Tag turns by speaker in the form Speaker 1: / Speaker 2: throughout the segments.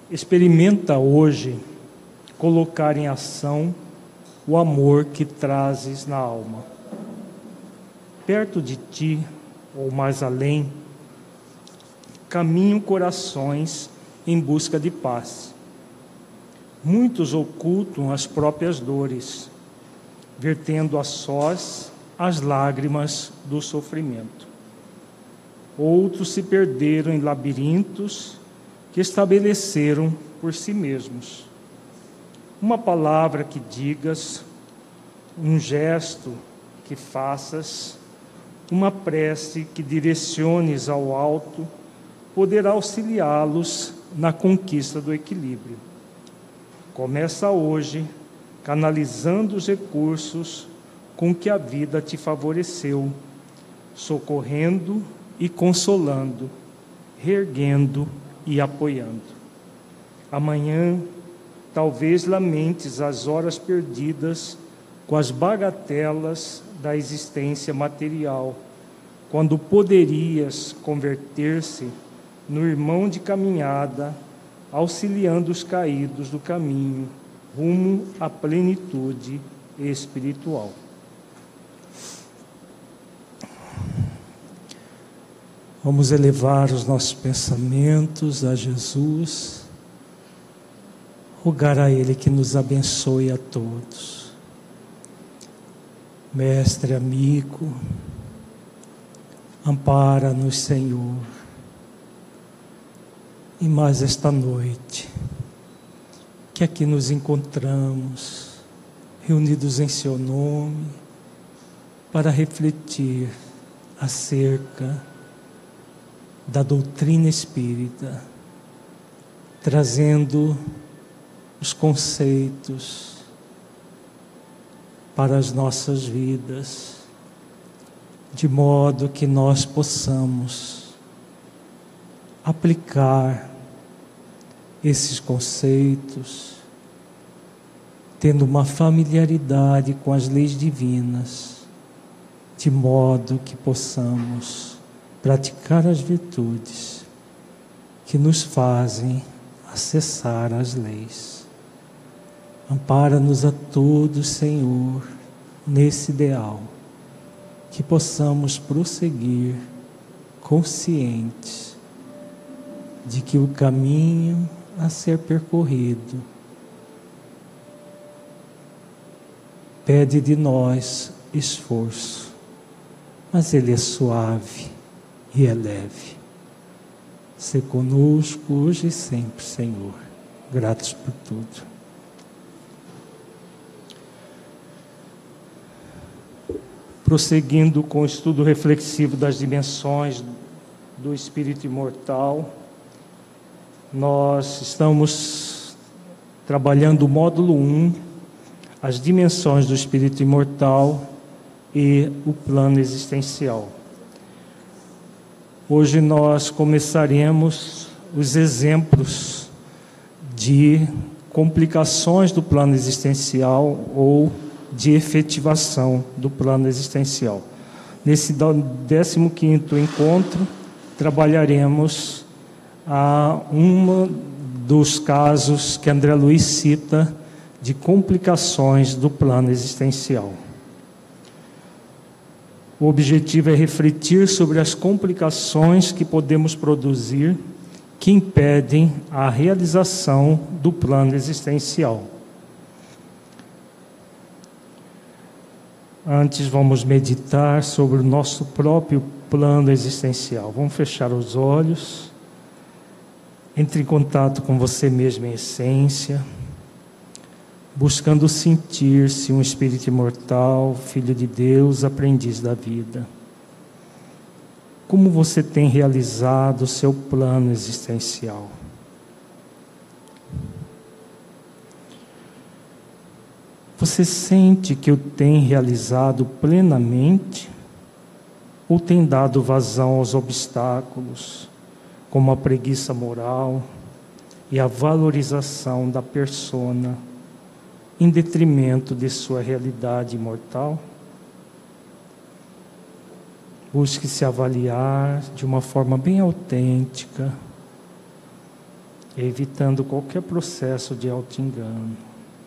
Speaker 1: Experimenta hoje colocar em ação o amor que trazes na alma. Perto de ti, ou mais além, caminham corações em busca de paz. Muitos ocultam as próprias dores, vertendo a sós as lágrimas do sofrimento. Outros se perderam em labirintos que estabeleceram por si mesmos. Uma palavra que digas, um gesto que faças, uma prece que direciones ao alto, poderá auxiliá-los na conquista do equilíbrio. Começa hoje, canalizando os recursos com que a vida te favoreceu, socorrendo e consolando, reerguendo e apoiando. Amanhã, talvez lamentes as horas perdidas com as bagatelas da existência material, quando poderias converter-se no irmão de caminhada, auxiliando os caídos do caminho, rumo à plenitude espiritual. Vamos elevar os nossos pensamentos a Jesus, rogar a Ele que nos abençoe a todos. Mestre amigo, ampara-nos, Senhor, e mais esta noite, que aqui nos encontramos, reunidos em Seu nome, para refletir acerca da doutrina espírita, trazendo os conceitos para as nossas vidas, de modo que nós possamos aplicar esses conceitos, tendo uma familiaridade com as leis divinas, de modo que possamos praticar as virtudes que nos fazem acessar as leis. Ampara-nos a todos, Senhor, nesse ideal, que possamos prosseguir conscientes de que o caminho a ser percorrido pede de nós esforço, mas ele é suave e é leve. Sê conosco hoje e sempre, Senhor. Gratos por tudo. Prosseguindo com o estudo reflexivo das dimensões do espírito imortal, nós estamos trabalhando o módulo 1, as dimensões do espírito imortal e o plano existencial. Hoje nós começaremos os exemplos de complicações do plano existencial ou de efetivação do plano existencial. Nesse 15º encontro, trabalharemos um dos casos que André Luiz cita de complicações do plano existencial. O objetivo é refletir sobre as complicações que podemos produzir que impedem a realização do plano existencial. Antes, vamos meditar sobre o nosso próprio plano existencial. Vamos fechar os olhos, entre em contato com você mesmo em essência, buscando sentir-se um espírito imortal, filho de Deus, aprendiz da vida. Como você tem realizado o seu plano existencial? Você sente que o tem realizado plenamente ou tem dado vazão aos obstáculos, como a preguiça moral e a valorização da persona, em detrimento de sua realidade imortal? Busque se avaliar de uma forma bem autêntica, evitando qualquer processo de auto-engano.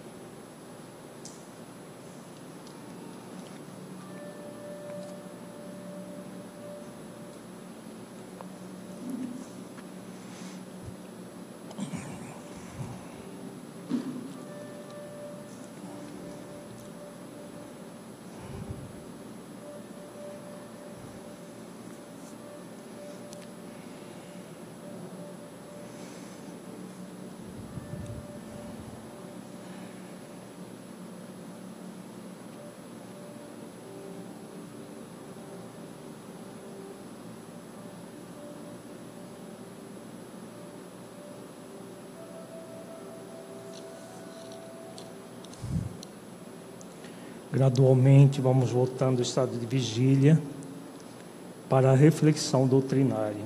Speaker 1: Gradualmente vamos voltando ao estado de vigília para a reflexão doutrinária.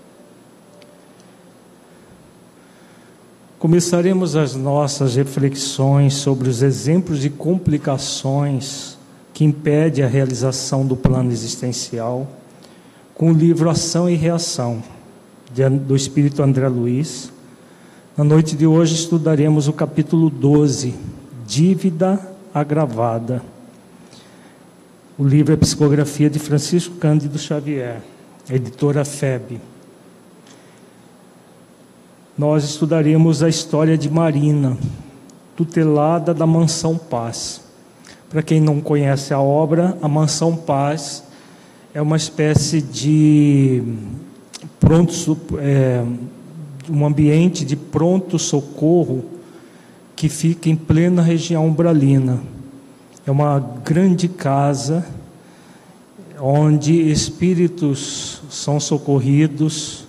Speaker 1: Começaremos as nossas reflexões sobre os exemplos de complicações que impedem a realização do plano existencial com o livro Ação e Reação, do Espírito André Luiz. Na noite de hoje estudaremos o capítulo 12, Dívida Agravada. O livro é psicografia de Francisco Cândido Xavier, editora FEB. Nós estudaremos a história de Marina, tutelada da Mansão Paz. Para quem não conhece a obra, a Mansão Paz é uma espécie de um ambiente de pronto-socorro que fica em plena região umbralina. É uma grande casa onde espíritos são socorridos,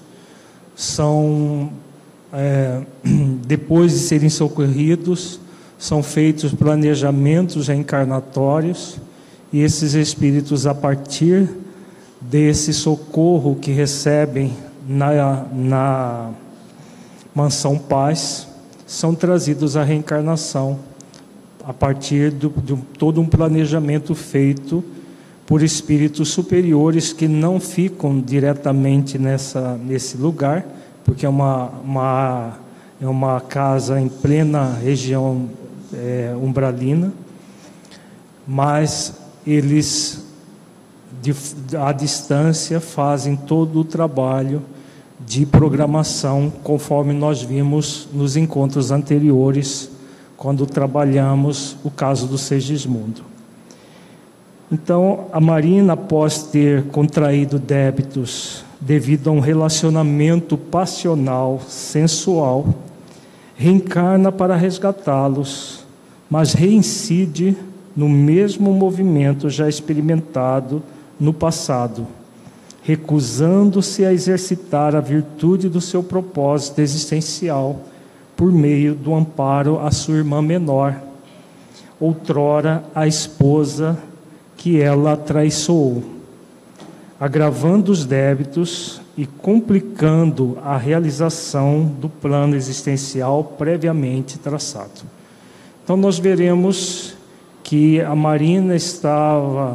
Speaker 1: depois de serem socorridos, são feitos planejamentos reencarnatórios, e esses espíritos, a partir desse socorro que recebem na Mansão Paz, são trazidos à reencarnação, a partir de todo um planejamento feito por espíritos superiores que não ficam diretamente nesse lugar, porque é uma casa em plena região umbralina, mas eles, à distância, fazem todo o trabalho de programação, conforme nós vimos nos encontros anteriores, quando trabalhamos o caso do Segismundo. Então, a Marina, após ter contraído débitos devido a um relacionamento passional, sensual, reencarna para resgatá-los, mas reincide no mesmo movimento já experimentado no passado, recusando-se a exercitar a virtude do seu propósito existencial por meio do amparo à sua irmã menor, outrora a esposa que ela traiçoou, agravando os débitos e complicando a realização do plano existencial previamente traçado. Então nós veremos que a Marina estava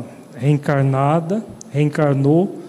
Speaker 1: reencarnou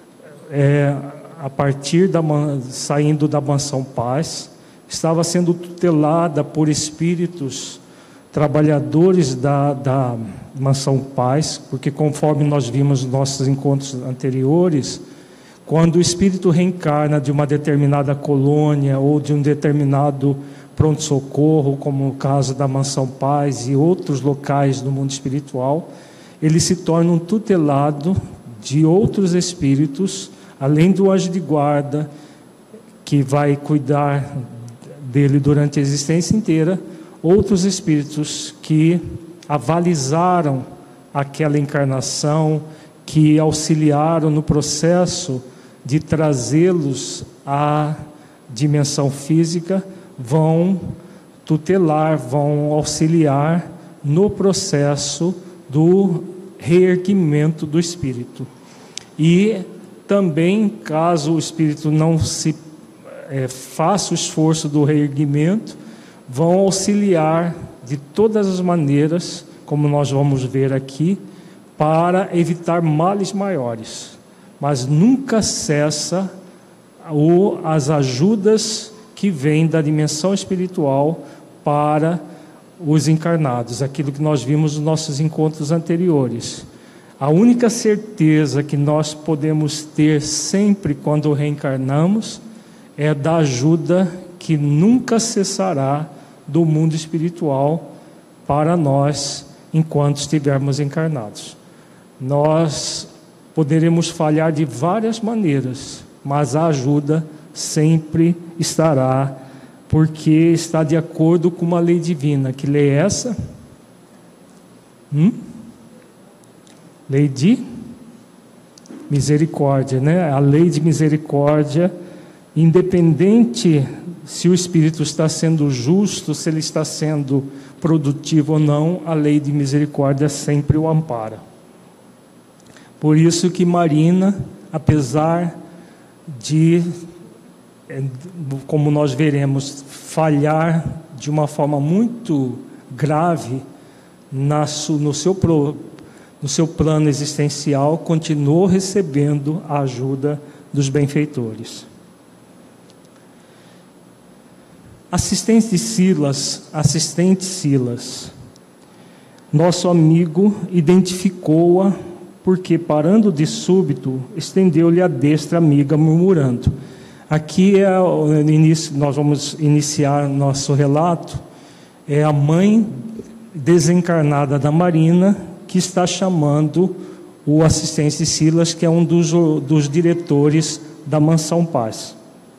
Speaker 1: a partir saindo da Mansão Paz, estava sendo tutelada por espíritos trabalhadores da Mansão Paz, porque conforme nós vimos nos nossos encontros anteriores, quando o espírito reencarna de uma determinada colônia ou de um determinado pronto-socorro, como o caso da Mansão Paz e outros locais do mundo espiritual, ele se torna um tutelado de outros espíritos, além do anjo de guarda, que vai cuidar dele durante a existência inteira, outros espíritos que avalizaram aquela encarnação, que auxiliaram no processo de trazê-los à dimensão física, vão tutelar, vão auxiliar no processo do reerguimento do espírito. E também, caso o espírito não faça o esforço do reerguimento, vão auxiliar de todas as maneiras, como nós vamos ver aqui, para evitar males maiores. Mas nunca cessa as ajudas que vem da dimensão espiritual para os encarnados, aquilo que nós vimos nos nossos encontros anteriores. A única certeza que nós podemos ter sempre quando reencarnamos é da ajuda que nunca cessará do mundo espiritual para nós enquanto estivermos encarnados. Nós poderemos falhar de várias maneiras, mas a ajuda sempre estará, porque está de acordo com uma lei divina. Que lei é essa? Lei de misericórdia, né? A lei de misericórdia, independente se o espírito está sendo justo, se ele está sendo produtivo ou não, a lei de misericórdia sempre o ampara. Por isso que Marina, apesar de, como nós veremos, falhar de uma forma muito grave no seu plano existencial, continuou recebendo a ajuda dos benfeitores. Assistente Silas, nosso amigo identificou-a, porque, parando de súbito, estendeu-lhe a destra amiga, murmurando. Aqui é o início, nós vamos iniciar nosso relato. É a mãe desencarnada da Marina que está chamando o assistente Silas, que é um dos diretores da Mansão Paz.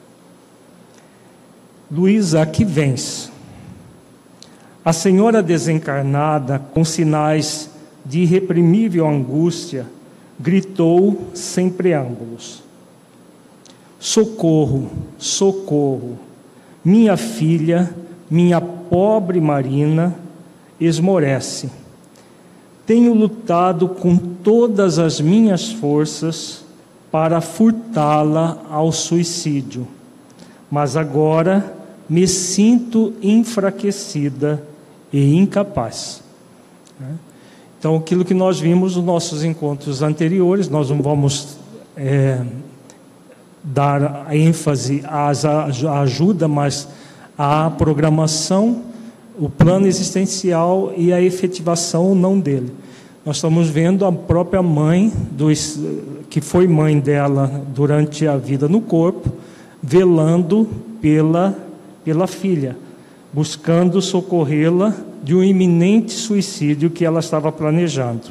Speaker 1: Luísa, aqui vens. A senhora desencarnada, com sinais de irreprimível angústia, gritou sem preâmbulos: socorro, socorro, minha filha, minha pobre Marina, esmorece. Tenho lutado com todas as minhas forças para furtá-la ao suicídio, mas agora me sinto enfraquecida e incapaz. Então, aquilo que nós vimos nos nossos encontros anteriores, nós não vamos dar ênfase à ajuda, mas à programação, o plano existencial e a efetivação ou não dele. Nós estamos vendo a própria mãe, que foi mãe dela durante a vida no corpo, velando pela filha, buscando socorrê-la de um iminente suicídio que ela estava planejando.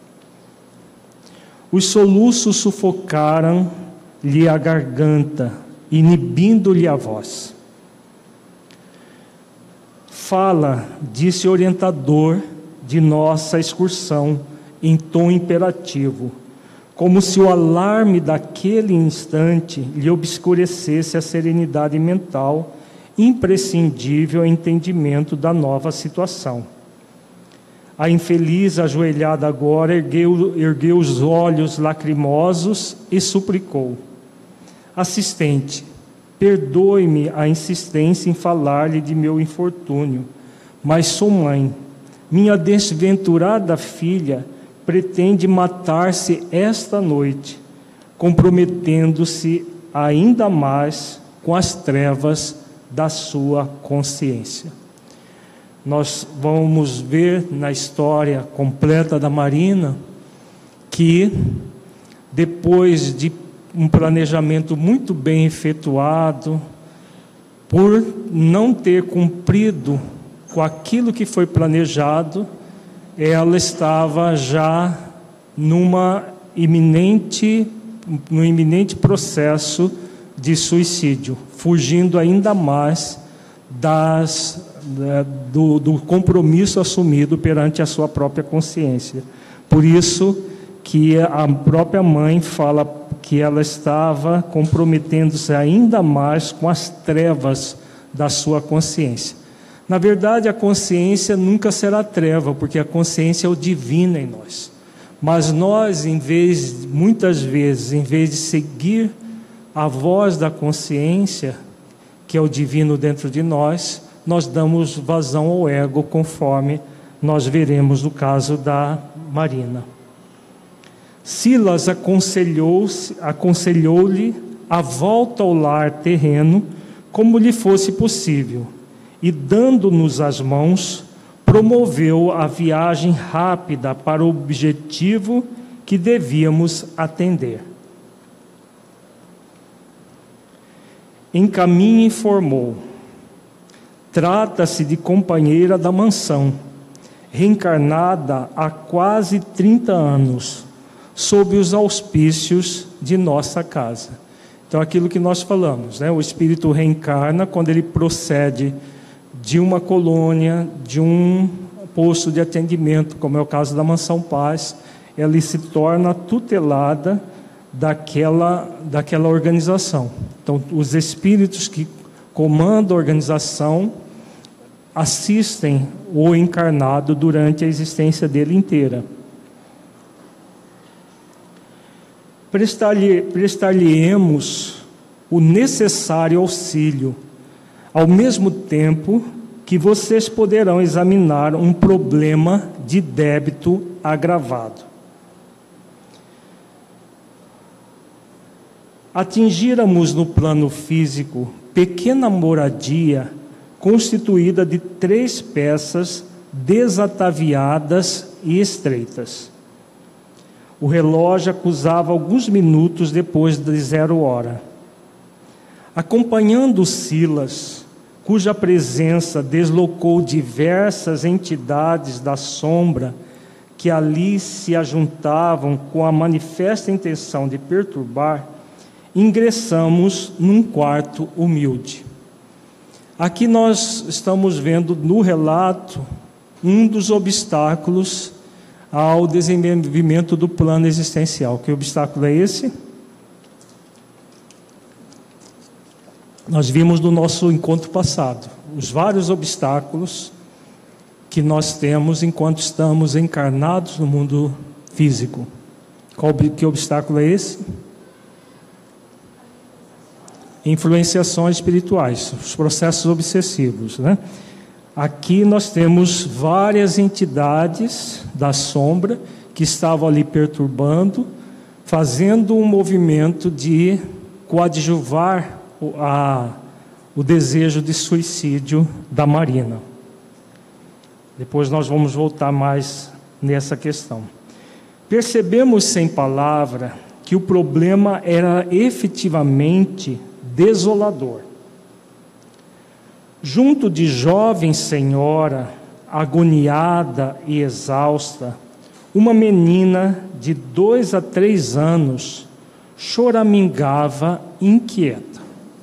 Speaker 1: Os soluços sufocaram-lhe a garganta, inibindo-lhe a voz. Fala, disse o orientador de nossa excursão, em tom imperativo, como se o alarme daquele instante lhe obscurecesse a serenidade mental imprescindível ao entendimento da nova situação. A infeliz, ajoelhada agora, ergueu os olhos lacrimosos e suplicou: assistente, perdoe-me a insistência em falar-lhe de meu infortúnio, mas sou mãe. Minha desventurada filha pretende matar-se esta noite, comprometendo-se ainda mais com as trevas da sua consciência. Nós vamos ver na história completa da Marina que, depois de um planejamento muito bem efetuado, por não ter cumprido com aquilo que foi planejado, ela estava já num iminente processo de suicídio, fugindo ainda mais do compromisso assumido perante a sua própria consciência. Por isso que a própria mãe fala que ela estava comprometendo-se ainda mais com as trevas da sua consciência. Na verdade, a consciência nunca será treva, porque a consciência é o divino em nós. Mas nós, muitas vezes, em vez de seguir a voz da consciência, que é o divino dentro de nós, nós damos vazão ao ego, conforme nós veremos no caso da Marina. Silas aconselhou-lhe a volta ao lar terreno, como lhe fosse possível, e, dando-nos as mãos, promoveu a viagem rápida para o objetivo que devíamos atender. Em caminho informou: trata-se de companheira da mansão, reencarnada há quase 30 anos, sob os auspícios de nossa casa. Então, aquilo que nós falamos, né? O espírito reencarna quando ele procede de uma colônia, de um posto de atendimento, como é o caso da Mansão Paz, ela se torna tutelada daquela organização. Então, os espíritos que comandam a organização assistem o encarnado durante a existência dele inteira. Prestar-lhe-emos o necessário auxílio, ao mesmo tempo que vocês poderão examinar um problema de débito agravado. Atingíramos no plano físico pequena moradia constituída de 3 peças desataviadas e estreitas. O relógio acusava alguns minutos depois de 0 hora. Acompanhando Silas, cuja presença deslocou diversas entidades da sombra que ali se ajuntavam com a manifesta intenção de perturbar, ingressamos num quarto humilde. Aqui nós estamos vendo no relato um dos obstáculos ao desenvolvimento do plano existencial. Que obstáculo é esse? Nós vimos no nosso encontro passado os vários obstáculos que nós temos enquanto estamos encarnados no mundo físico. Que obstáculo é esse? Influenciações espirituais, os processos obsessivos, né? Aqui nós temos várias entidades da sombra que estavam ali perturbando, fazendo um movimento de coadjuvar o desejo de suicídio da Marina. Depois nós vamos voltar mais nessa questão. Percebemos sem palavra que o problema era efetivamente desolador. Junto de jovem senhora, agoniada e exausta, uma menina de 2 a 3 anos choramingava inquieta.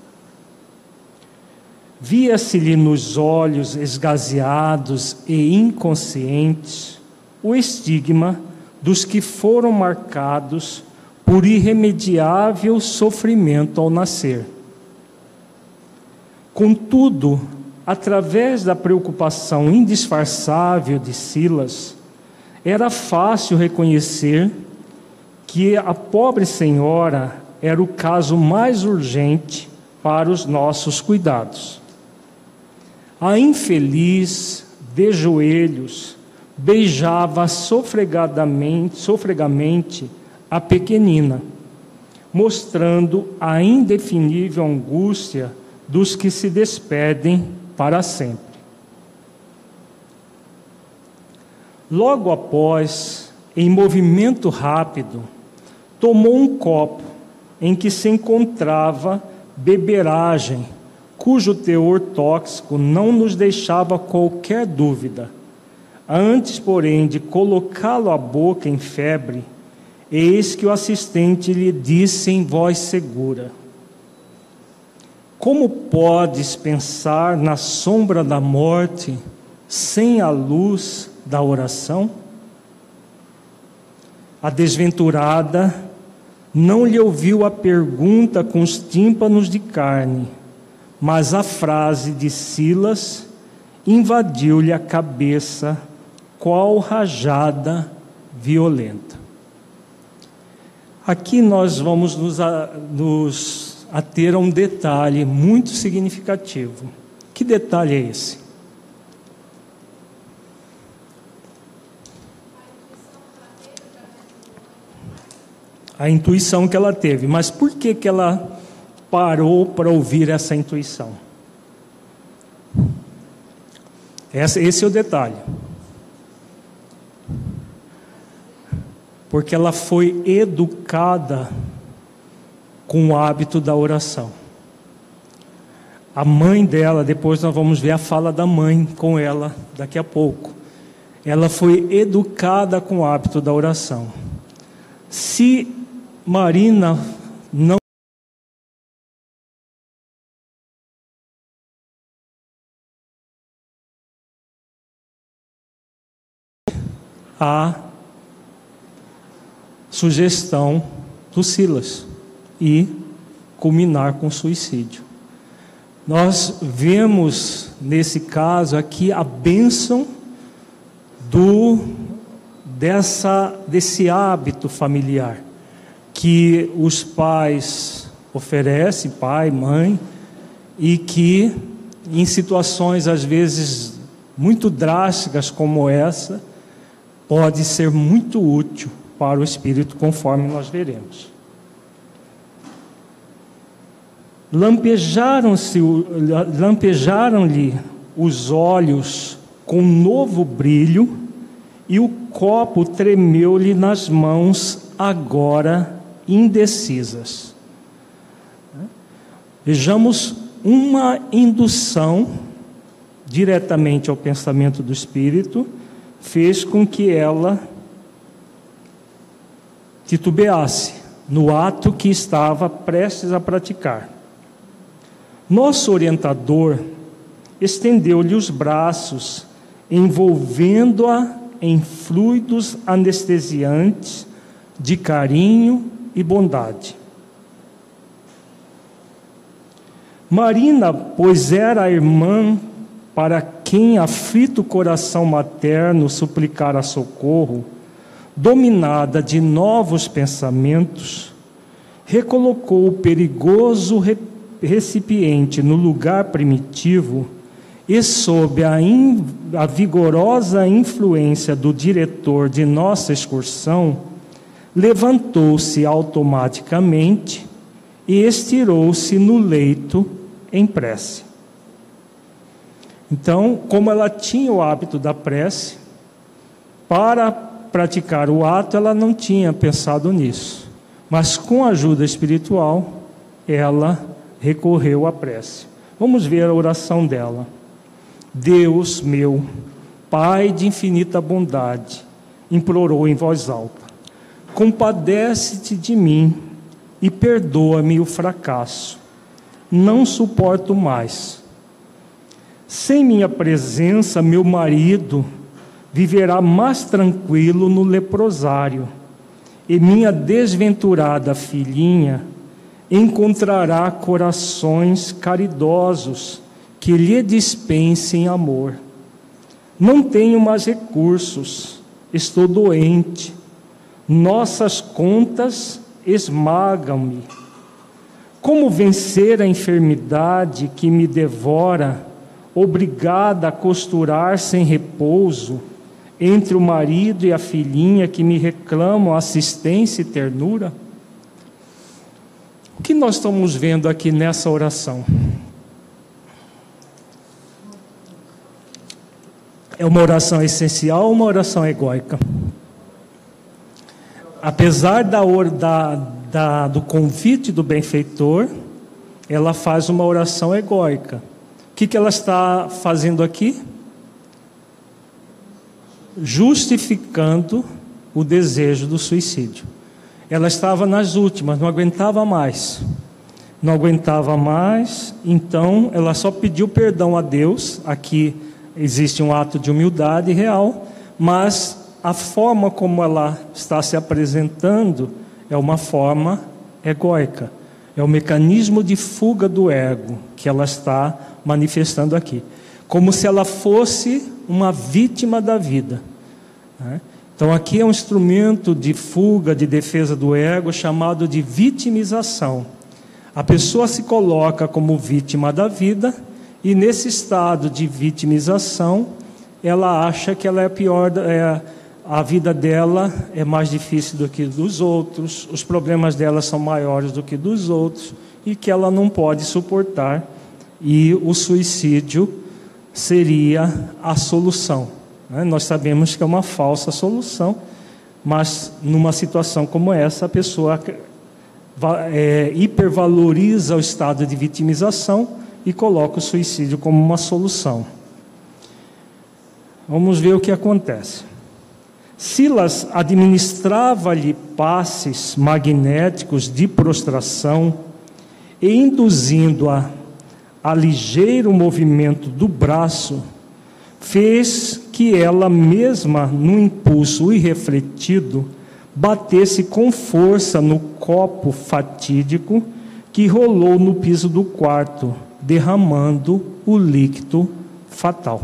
Speaker 1: Via-se-lhe nos olhos esgazeados e inconscientes o estigma dos que foram marcados por irremediável sofrimento ao nascer. Contudo, através da preocupação indisfarçável de Silas, era fácil reconhecer que a pobre senhora era o caso mais urgente para os nossos cuidados. A infeliz, de joelhos, beijava sofregamente a pequenina, mostrando a indefinível angústia dos que se despedem para sempre. Logo após, em movimento rápido, tomou um copo em que se encontrava beberagem, cujo teor tóxico não nos deixava qualquer dúvida. Antes, porém, de colocá-lo à boca em febre, eis que o assistente lhe disse em voz segura: como podes pensar na sombra da morte sem a luz da oração? A desventurada não lhe ouviu a pergunta com os tímpanos de carne, mas a frase de Silas invadiu-lhe a cabeça qual rajada violenta. Aqui nós vamos nos ater a um detalhe muito significativo. Que detalhe é esse? A intuição que ela teve. Mas por que ela parou para ouvir essa intuição. Esse é o detalhe. Porque ela foi educada com o hábito da oração. A mãe dela, depois nós vamos ver a fala da mãe com ela daqui a pouco. Ela foi educada com o hábito da oração. Se Marina não a sugestão do Silas e culminar com suicídio. Nós vemos nesse caso aqui a bênção desse hábito familiar que os pais oferecem, pai, mãe, e que em situações às vezes muito drásticas como essa, pode ser muito útil para o espírito, conforme nós veremos. Lampejaram-lhe os olhos com novo brilho, e o copo tremeu-lhe nas mãos, agora indecisas. Vejamos uma indução diretamente ao pensamento do espírito, fez com que ela titubeasse no ato que estava prestes a praticar. Nosso orientador estendeu-lhe os braços, envolvendo-a em fluidos anestesiantes de carinho e bondade. Marina, pois era a irmã para quem aflito coração materno suplicara socorro, dominada de novos pensamentos, recolocou o perigoso recipiente no lugar primitivo e, sob a vigorosa influência do diretor de nossa excursão, levantou-se automaticamente e estirou-se no leito em prece. Então, como ela tinha o hábito da prece, para praticar o ato, ela não tinha pensado nisso. Mas com a ajuda espiritual, ela recorreu à prece. Vamos ver a oração dela. Deus meu, Pai de infinita bondade, implorou em voz alta, compadece-te de mim e perdoa-me o fracasso. Não suporto mais. Sem minha presença, meu marido viverá mais tranquilo no leprosário, e minha desventurada filhinha encontrará corações caridosos que lhe dispensem amor. Não tenho mais recursos, estou doente, nossas contas esmagam-me. Como vencer a enfermidade que me devora, obrigada a costurar sem repouso entre o marido e a filhinha que me reclamam assistência e ternura? O que nós estamos vendo aqui nessa oração? É uma oração essencial ou uma oração egóica? Apesar do convite do benfeitor, ela faz uma oração egóica. O que ela está fazendo aqui? Justificando o desejo do suicídio. Ela estava nas últimas, não aguentava mais. Não aguentava mais, então ela só pediu perdão a Deus. Aqui existe um ato de humildade real, mas a forma como ela está se apresentando é uma forma egóica. É o mecanismo de fuga do ego que ela está manifestando aqui. Como se ela fosse uma vítima da vida. Então aqui é um instrumento de fuga, de defesa do ego, chamado de vitimização. A pessoa se coloca como vítima da vida e nesse estado de vitimização, ela acha que ela é a pior, a vida dela é mais difícil do que dos outros, os problemas dela são maiores do que dos outros, e que ela não pode suportar, e o suicídio seria a solução. Nós sabemos que é uma falsa solução, mas numa situação como essa, a pessoa hipervaloriza o estado de vitimização e coloca o suicídio como uma solução. Vamos ver o que acontece. Silas administrava-lhe passes magnéticos de prostração e, induzindo-a a ligeiro movimento do braço, fez que ela mesma, num impulso irrefletido, batesse com força no copo fatídico que rolou no piso do quarto, derramando o líquido fatal.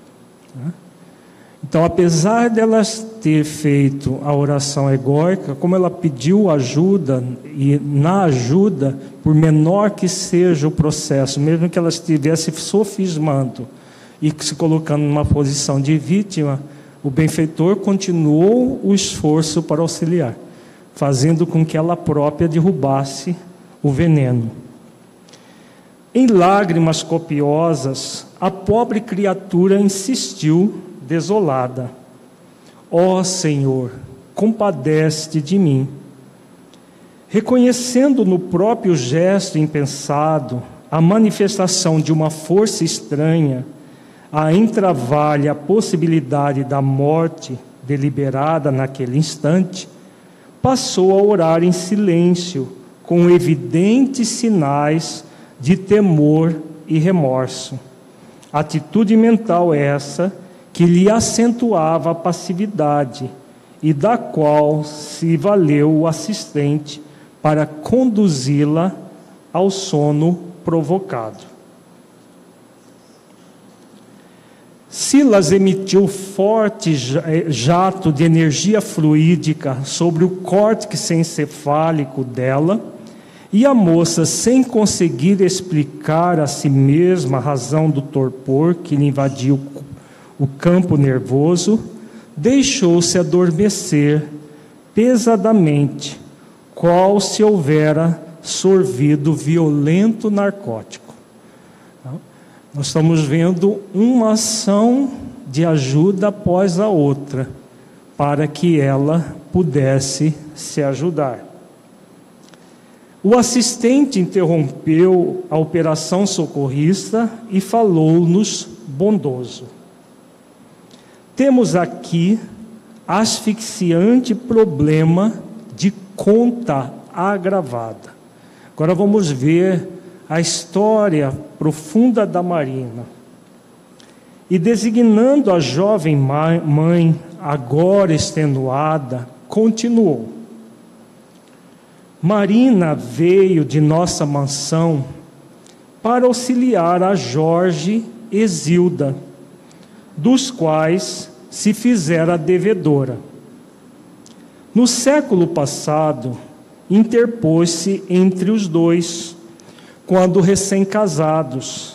Speaker 1: Então, apesar dela ter feito a oração egóica, como ela pediu ajuda, e na ajuda, por menor que seja o processo, mesmo que ela estivesse sofismando e se colocando numa posição de vítima, o benfeitor continuou o esforço para auxiliar, fazendo com que ela própria derrubasse o veneno. Em lágrimas copiosas, a pobre criatura insistiu, desolada: ó Senhor, compadece-te de mim. Reconhecendo no próprio gesto impensado a manifestação de uma força estranha a entravar-lhe a possibilidade da morte deliberada naquele instante, passou a orar em silêncio, com evidentes sinais de temor e remorso. Atitude mental essa que lhe acentuava a passividade e da qual se valeu o assistente para conduzi-la ao sono provocado. Silas emitiu forte jato de energia fluídica sobre o córtex encefálico dela, e a moça, sem conseguir explicar a si mesma a razão do torpor que lhe invadiu o campo nervoso, deixou-se adormecer pesadamente, qual se houvera sorvido violento narcótico. Nós estamos vendo uma ação de ajuda após a outra, para que ela pudesse se ajudar. O assistente interrompeu a operação socorrista e falou-nos bondoso: temos aqui asfixiante problema de conta agravada. Agora vamos ver a história profunda da Marina. E designando a jovem mãe, agora extenuada, continuou: Marina veio de nossa mansão para auxiliar a Jorge e Zilda, dos quais se fizera devedora. No século passado, interpôs-se entre os dois, quando recém-casados,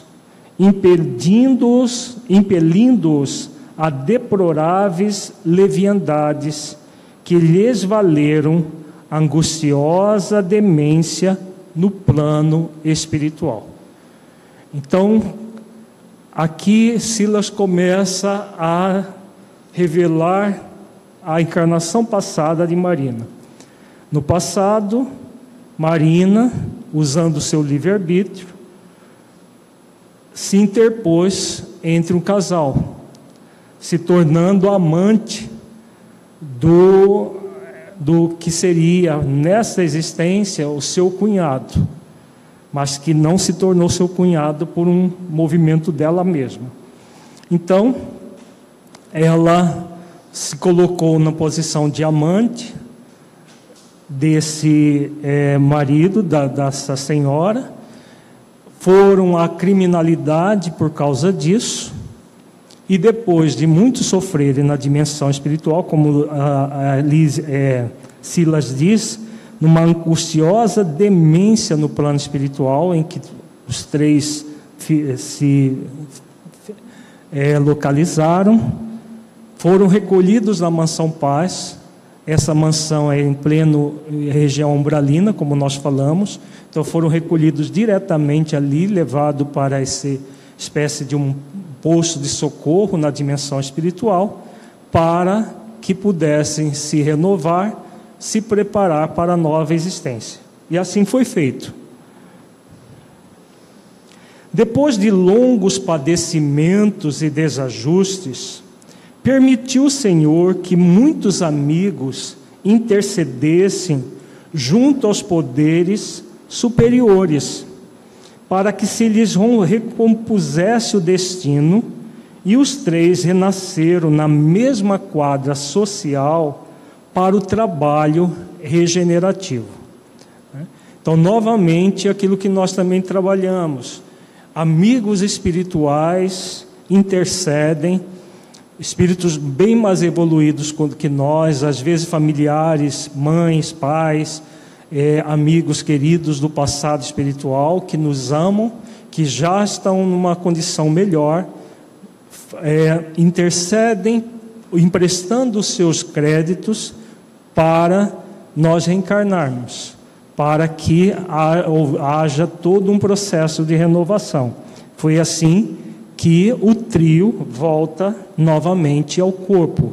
Speaker 1: impelindo-os a deploráveis leviandades que lhes valeram angustiosa demência no plano espiritual. Então, aqui Silas começa a revelar a encarnação passada de Marina. No passado, Marina, usando o seu livre-arbítrio, se interpôs entre um casal, se tornando amante do que seria, nessa existência, o seu cunhado, mas que não se tornou seu cunhado por um movimento dela mesma. Então, ela se colocou na posição de amante desse marido, dessa senhora, foram à criminalidade por causa disso, e depois de muito sofrerem na dimensão espiritual, como Silas diz, numa angustiosa demência no plano espiritual, em que os três se localizaram, foram recolhidos na mansão Paz, Essa mansão é em pleno região umbralina, como nós falamos. Então foram recolhidos diretamente ali, levados para essa espécie de um posto de socorro na dimensão espiritual, para que pudessem se renovar, se preparar para a nova existência. E assim foi feito. Depois de longos padecimentos e desajustes, permitiu o Senhor que muitos amigos intercedessem junto aos poderes superiores, para que se lhes recompusesse o destino, e os três renasceram na mesma quadra social para o trabalho regenerativo. Então, novamente, aquilo que nós também trabalhamos, amigos espirituais intercedem, espíritos bem mais evoluídos que nós, às vezes familiares, mães, pais, amigos queridos do passado espiritual, que nos amam, que já estão numa condição melhor, intercedem, emprestando os seus créditos para nós reencarnarmos, para que haja todo um processo de renovação. Foi assim que o trio volta novamente ao corpo.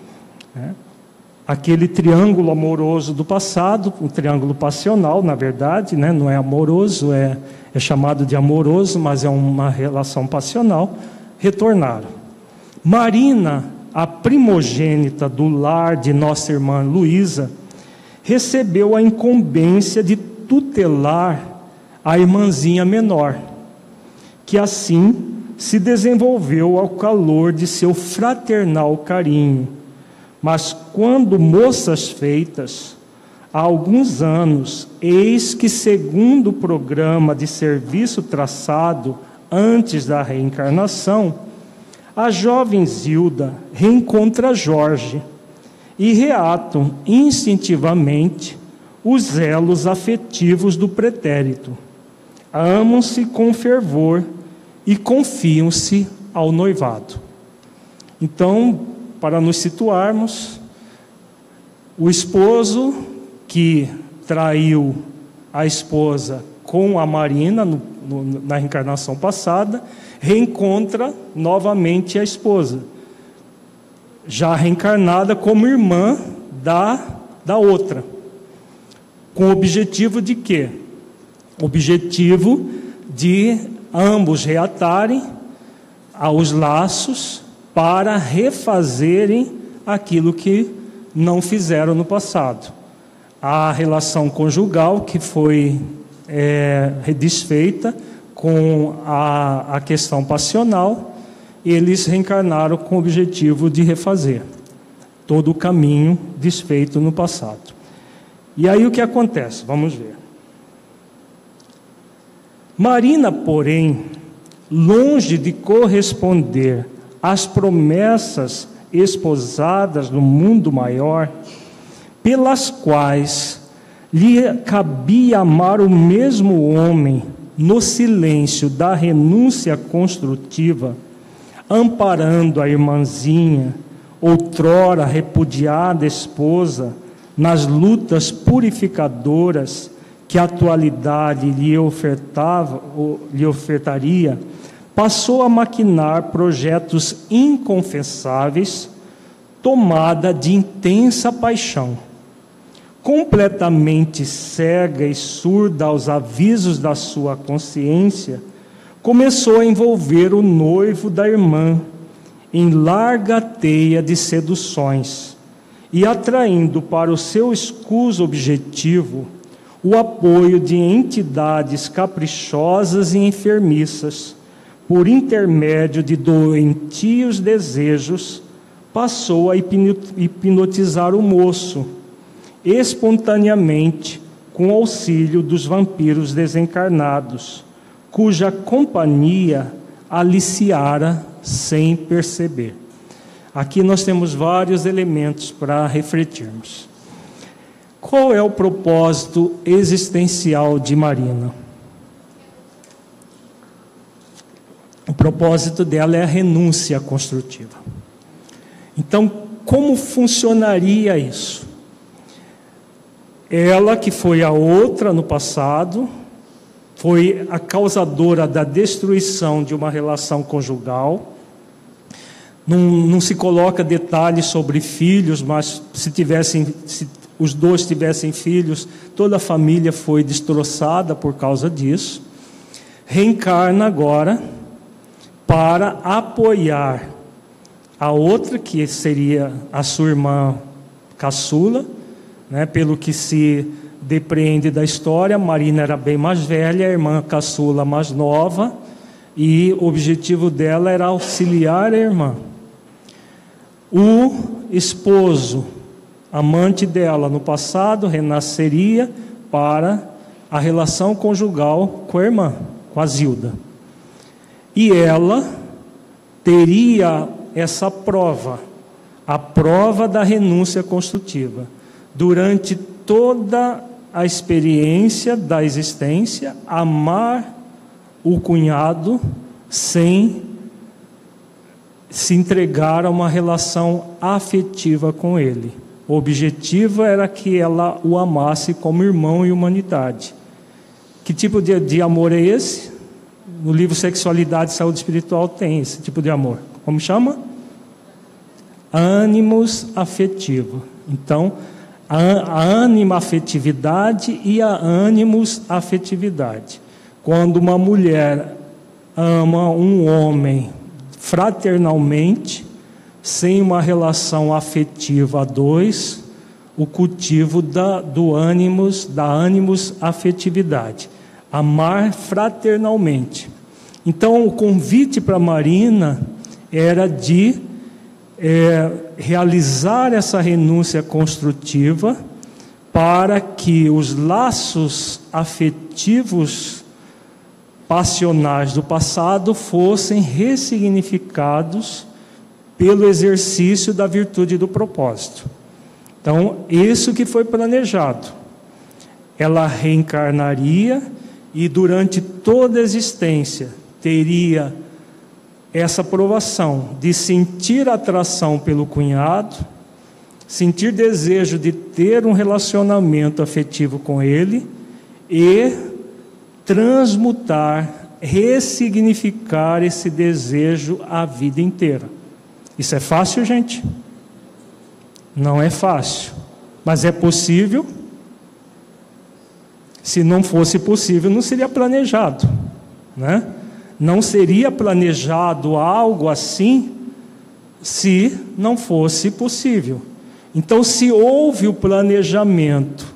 Speaker 1: Aquele triângulo amoroso do passado, um triângulo passional, na verdade, não é amoroso, é chamado de amoroso, mas é uma relação passional, retornaram. Marina, a primogênita do lar de nossa irmã Luísa, recebeu a incumbência de tutelar a irmãzinha menor, que assim se desenvolveu ao calor de seu fraternal carinho. Mas quando moças feitas, há alguns anos, eis que, segundo o programa de serviço traçado antes da reencarnação, a jovem Zilda reencontra Jorge e reatam instintivamente os elos afetivos do pretérito. Amam-se com fervor e confiam-se ao noivado. Então, para nos situarmos, o esposo que traiu a esposa com a Marina na reencarnação passada, reencontra novamente a esposa, já reencarnada como irmã da outra, com o objetivo de quê? O objetivo de ambos reatarem aos laços para refazerem aquilo que não fizeram no passado. A relação conjugal que foi desfeita com a questão passional, eles reencarnaram com o objetivo de refazer todo o caminho desfeito no passado. E aí o que acontece? Vamos ver. Marina, porém, longe de corresponder às promessas esposadas no mundo maior, pelas quais lhe cabia amar o mesmo homem no silêncio da renúncia construtiva, amparando a irmãzinha, outrora repudiada esposa, nas lutas purificadoras que a atualidade lhe ofertaria, passou a maquinar projetos inconfessáveis, tomada de intensa paixão. Completamente cega e surda aos avisos da sua consciência, começou a envolver o noivo da irmã em larga teia de seduções e atraindo para o seu escuso objetivo o apoio de entidades caprichosas e enfermiças. Por intermédio de doentios desejos, passou a hipnotizar o moço, espontaneamente, com auxílio dos vampiros desencarnados, cuja companhia aliciara sem perceber. Aqui nós temos vários elementos para refletirmos. Qual é o propósito existencial de Marina? O propósito dela é a renúncia construtiva. Então, como funcionaria isso? Ela, que foi a outra no passado, foi a causadora da destruição de uma relação conjugal. Não se coloca detalhes sobre filhos, mas se os dois tivessem filhos, toda a família foi destroçada por causa disso. Reencarna agora para apoiar a outra, que seria a sua irmã caçula, né? Pelo que se depreende da história, Marina era bem mais velha, a irmã caçula mais nova, e o objetivo dela era auxiliar a irmã. O esposo, amante dela no passado, renasceria para a relação conjugal com a irmã, com a Zilda. E ela teria essa prova, a prova da renúncia construtiva. Durante toda a experiência da existência, amar o cunhado sem se entregar a uma relação afetiva com ele. O objetivo era que ela o amasse como irmão e humanidade. Que tipo de amor é esse? No livro Sexualidade e Saúde Espiritual tem esse tipo de amor. Como chama? Ânimos afetivo. Então, a ânima afetividade e a ânimos afetividade. Quando uma mulher ama um homem fraternalmente, sem uma relação afetiva a dois, o cultivo da ânimos afetividade. Amar fraternalmente. Então, o convite para Marina era de realizar essa renúncia construtiva para que os laços afetivos passionais do passado fossem ressignificados pelo exercício da virtude do propósito. Então, isso que foi planejado. Ela reencarnaria e durante toda a existência teria essa provação de sentir atração pelo cunhado, sentir desejo de ter um relacionamento afetivo com ele e transmutar, ressignificar esse desejo a vida inteira. Isso é fácil, gente? Não é fácil, mas é possível. Se não fosse possível, não seria planejado, né? Não seria planejado algo assim se não fosse possível. Então, se houve o planejamento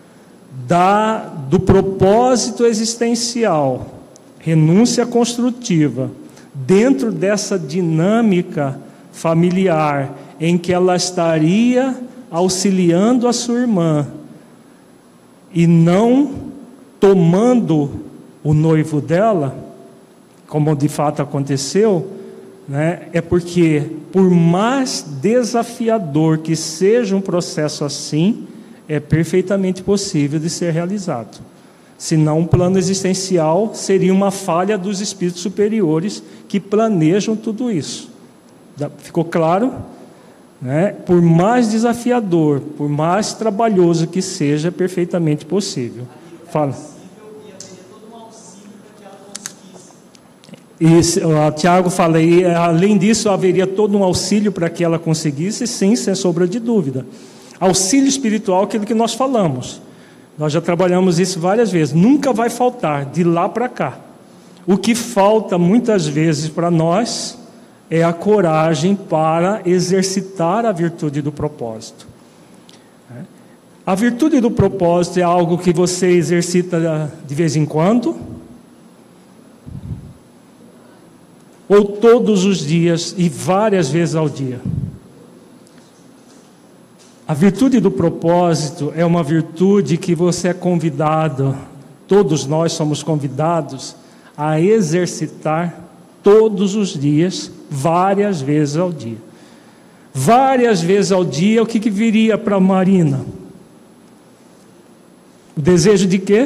Speaker 1: do propósito existencial, renúncia construtiva, dentro dessa dinâmica familiar, em que ela estaria auxiliando a sua irmã e não tomando o noivo dela, como de fato aconteceu, né, é porque, por mais desafiador que seja um processo assim, é perfeitamente possível de ser realizado. Senão, um plano existencial seria uma falha dos espíritos superiores que planejam tudo isso. Ficou claro? Né? Por mais desafiador, por mais trabalhoso que seja, é perfeitamente possível. Fala. E o Tiago fala aí, além disso, haveria todo um auxílio para que ela conseguisse, sim, sem sombra de dúvida. Auxílio espiritual, aquilo que nós falamos. Nós já trabalhamos isso várias vezes. Nunca vai faltar, de lá para cá. O que falta muitas vezes para nós é a coragem para exercitar a virtude do propósito. A virtude do propósito é algo que você exercita de vez em quando, ou todos os dias e várias vezes ao dia. A virtude do propósito é uma virtude que você é convidado, todos nós somos convidados a exercitar todos os dias, várias vezes ao dia. Várias vezes ao dia, o que viria para Marina? O desejo de quê?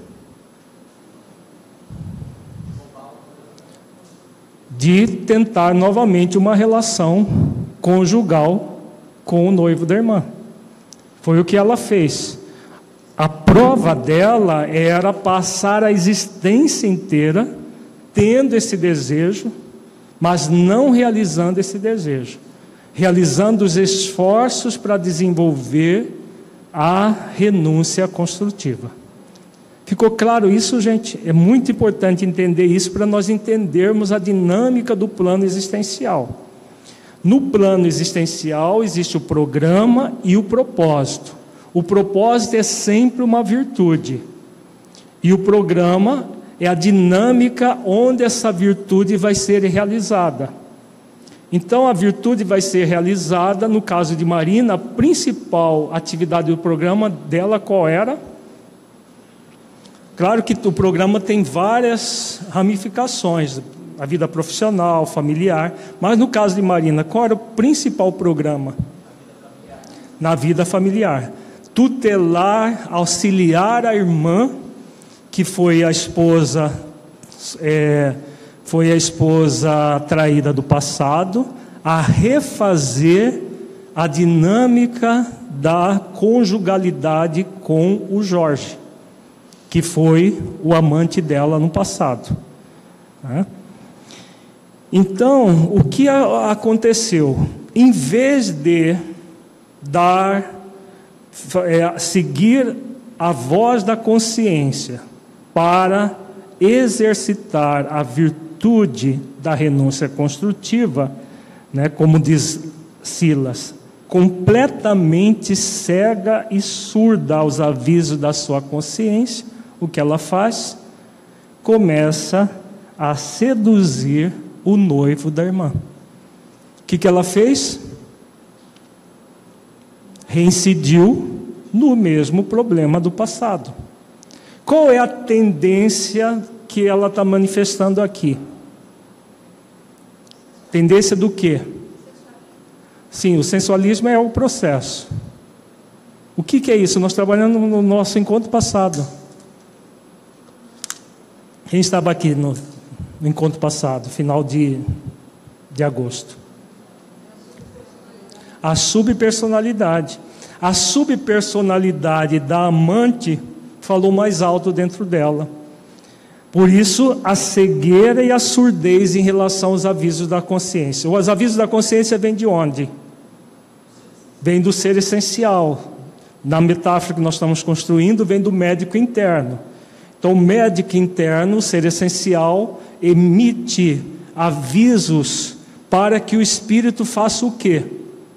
Speaker 1: De tentar novamente uma relação conjugal com o noivo da irmã. Foi o que ela fez. A prova dela era passar a existência inteira tendo esse desejo, mas não realizando esse desejo, realizando os esforços para desenvolver a renúncia construtiva. Ficou claro isso, gente? É muito importante entender isso para nós entendermos a dinâmica do plano existencial. No plano existencial existe o programa e o propósito. O propósito é sempre uma virtude. E o programa é a dinâmica onde essa virtude vai ser realizada. Então, a virtude vai ser realizada, no caso de Marina, a principal atividade do programa dela qual era? Claro que o programa tem várias ramificações, a vida profissional, familiar, mas no caso de Marina, qual era o principal programa? Na vida familiar. Tutelar, auxiliar a irmã, que foi a esposa traída do passado, a refazer a dinâmica da conjugalidade com o Jorge, que foi o amante dela no passado. Então, o que aconteceu? Em vez de seguir a voz da consciência para exercitar a virtude da renúncia construtiva, como diz Silas, completamente cega e surda aos avisos da sua consciência, o que ela faz? Começa a seduzir o noivo da irmã. O que ela fez? Reincidiu no mesmo problema do passado. Qual é a tendência que ela está manifestando aqui? Tendência do quê? Sim, o sensualismo é o processo. O que é isso? Nós trabalhamos no nosso encontro passado. Quem estava aqui no encontro passado, final de agosto? A subpersonalidade. A subpersonalidade da amante falou mais alto dentro dela. Por isso, a cegueira e a surdez em relação aos avisos da consciência. Os avisos da consciência vêm de onde? Vem do ser essencial. Na metáfora que nós estamos construindo, vem do médico interno. Então, o médico interno, o ser essencial, emite avisos para que o espírito faça o quê?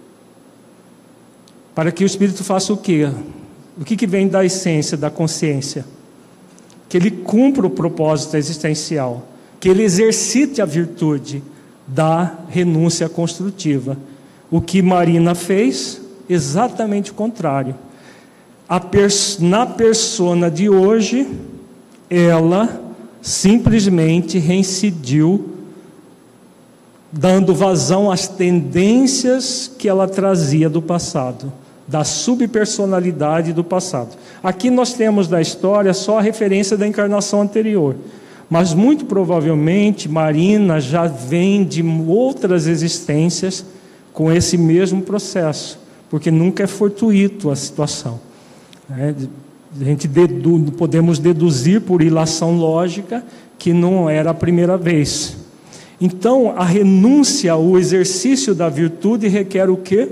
Speaker 1: Para que o espírito faça o quê? O que vem da essência da consciência? Que ele cumpra o propósito existencial, que ele exercite a virtude da renúncia construtiva. O que Marina fez? Exatamente o contrário. Na persona de hoje, ela simplesmente reincidiu, dando vazão às tendências que ela trazia do passado, da subpersonalidade do passado. Aqui nós temos da história só a referência da encarnação anterior, mas muito provavelmente Marina já vem de outras existências com esse mesmo processo, porque nunca é fortuito a situação. A gente podemos deduzir por ilação lógica que não era a primeira vez. Então, a renúncia, o exercício da virtude requer o quê?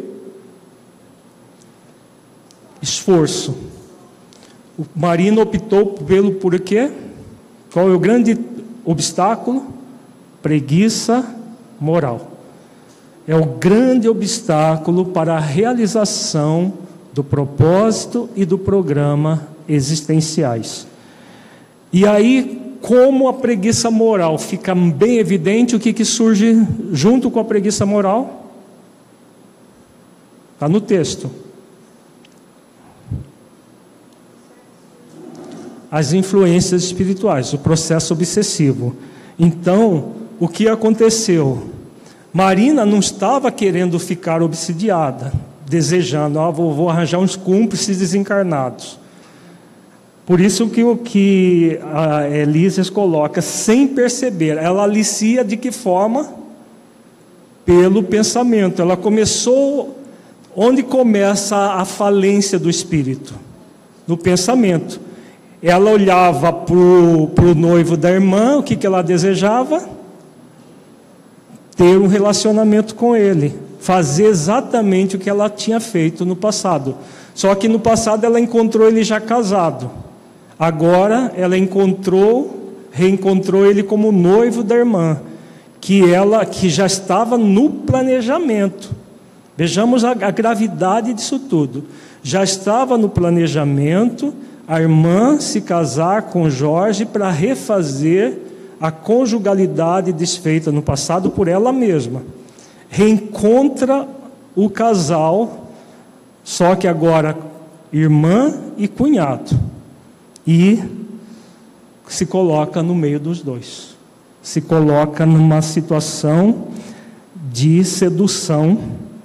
Speaker 1: Esforço. O Marina optou por quê? Qual é o grande obstáculo? Preguiça moral. É o grande obstáculo para a realização do propósito e do programa existenciais. E aí, como a preguiça moral fica bem evidente, o que surge junto com a preguiça moral? Está no texto. As influências espirituais, o processo obsessivo. Então, o que aconteceu? Marina não estava querendo ficar obsidiada, desejando, vou arranjar uns cúmplices desencarnados. Por isso que a Elísias coloca, sem perceber. Ela alicia de que forma? Pelo pensamento. Ela começou, onde começa a falência do espírito? no pensamento. Ela olhava para o noivo da irmã, o que ela desejava? Ter um relacionamento com ele, fazer exatamente o que ela tinha feito no passado. Só que no passado ela encontrou ele já casado. Agora ela reencontrou ele como noivo da irmã, que já estava no planejamento. Vejamos a gravidade disso tudo. Já estava no planejamento a irmã se casar com Jorge para refazer a conjugalidade desfeita no passado por ela mesma. Reencontra o casal, só que agora irmã e cunhado, e se coloca no meio dos dois. Se coloca numa situação de sedução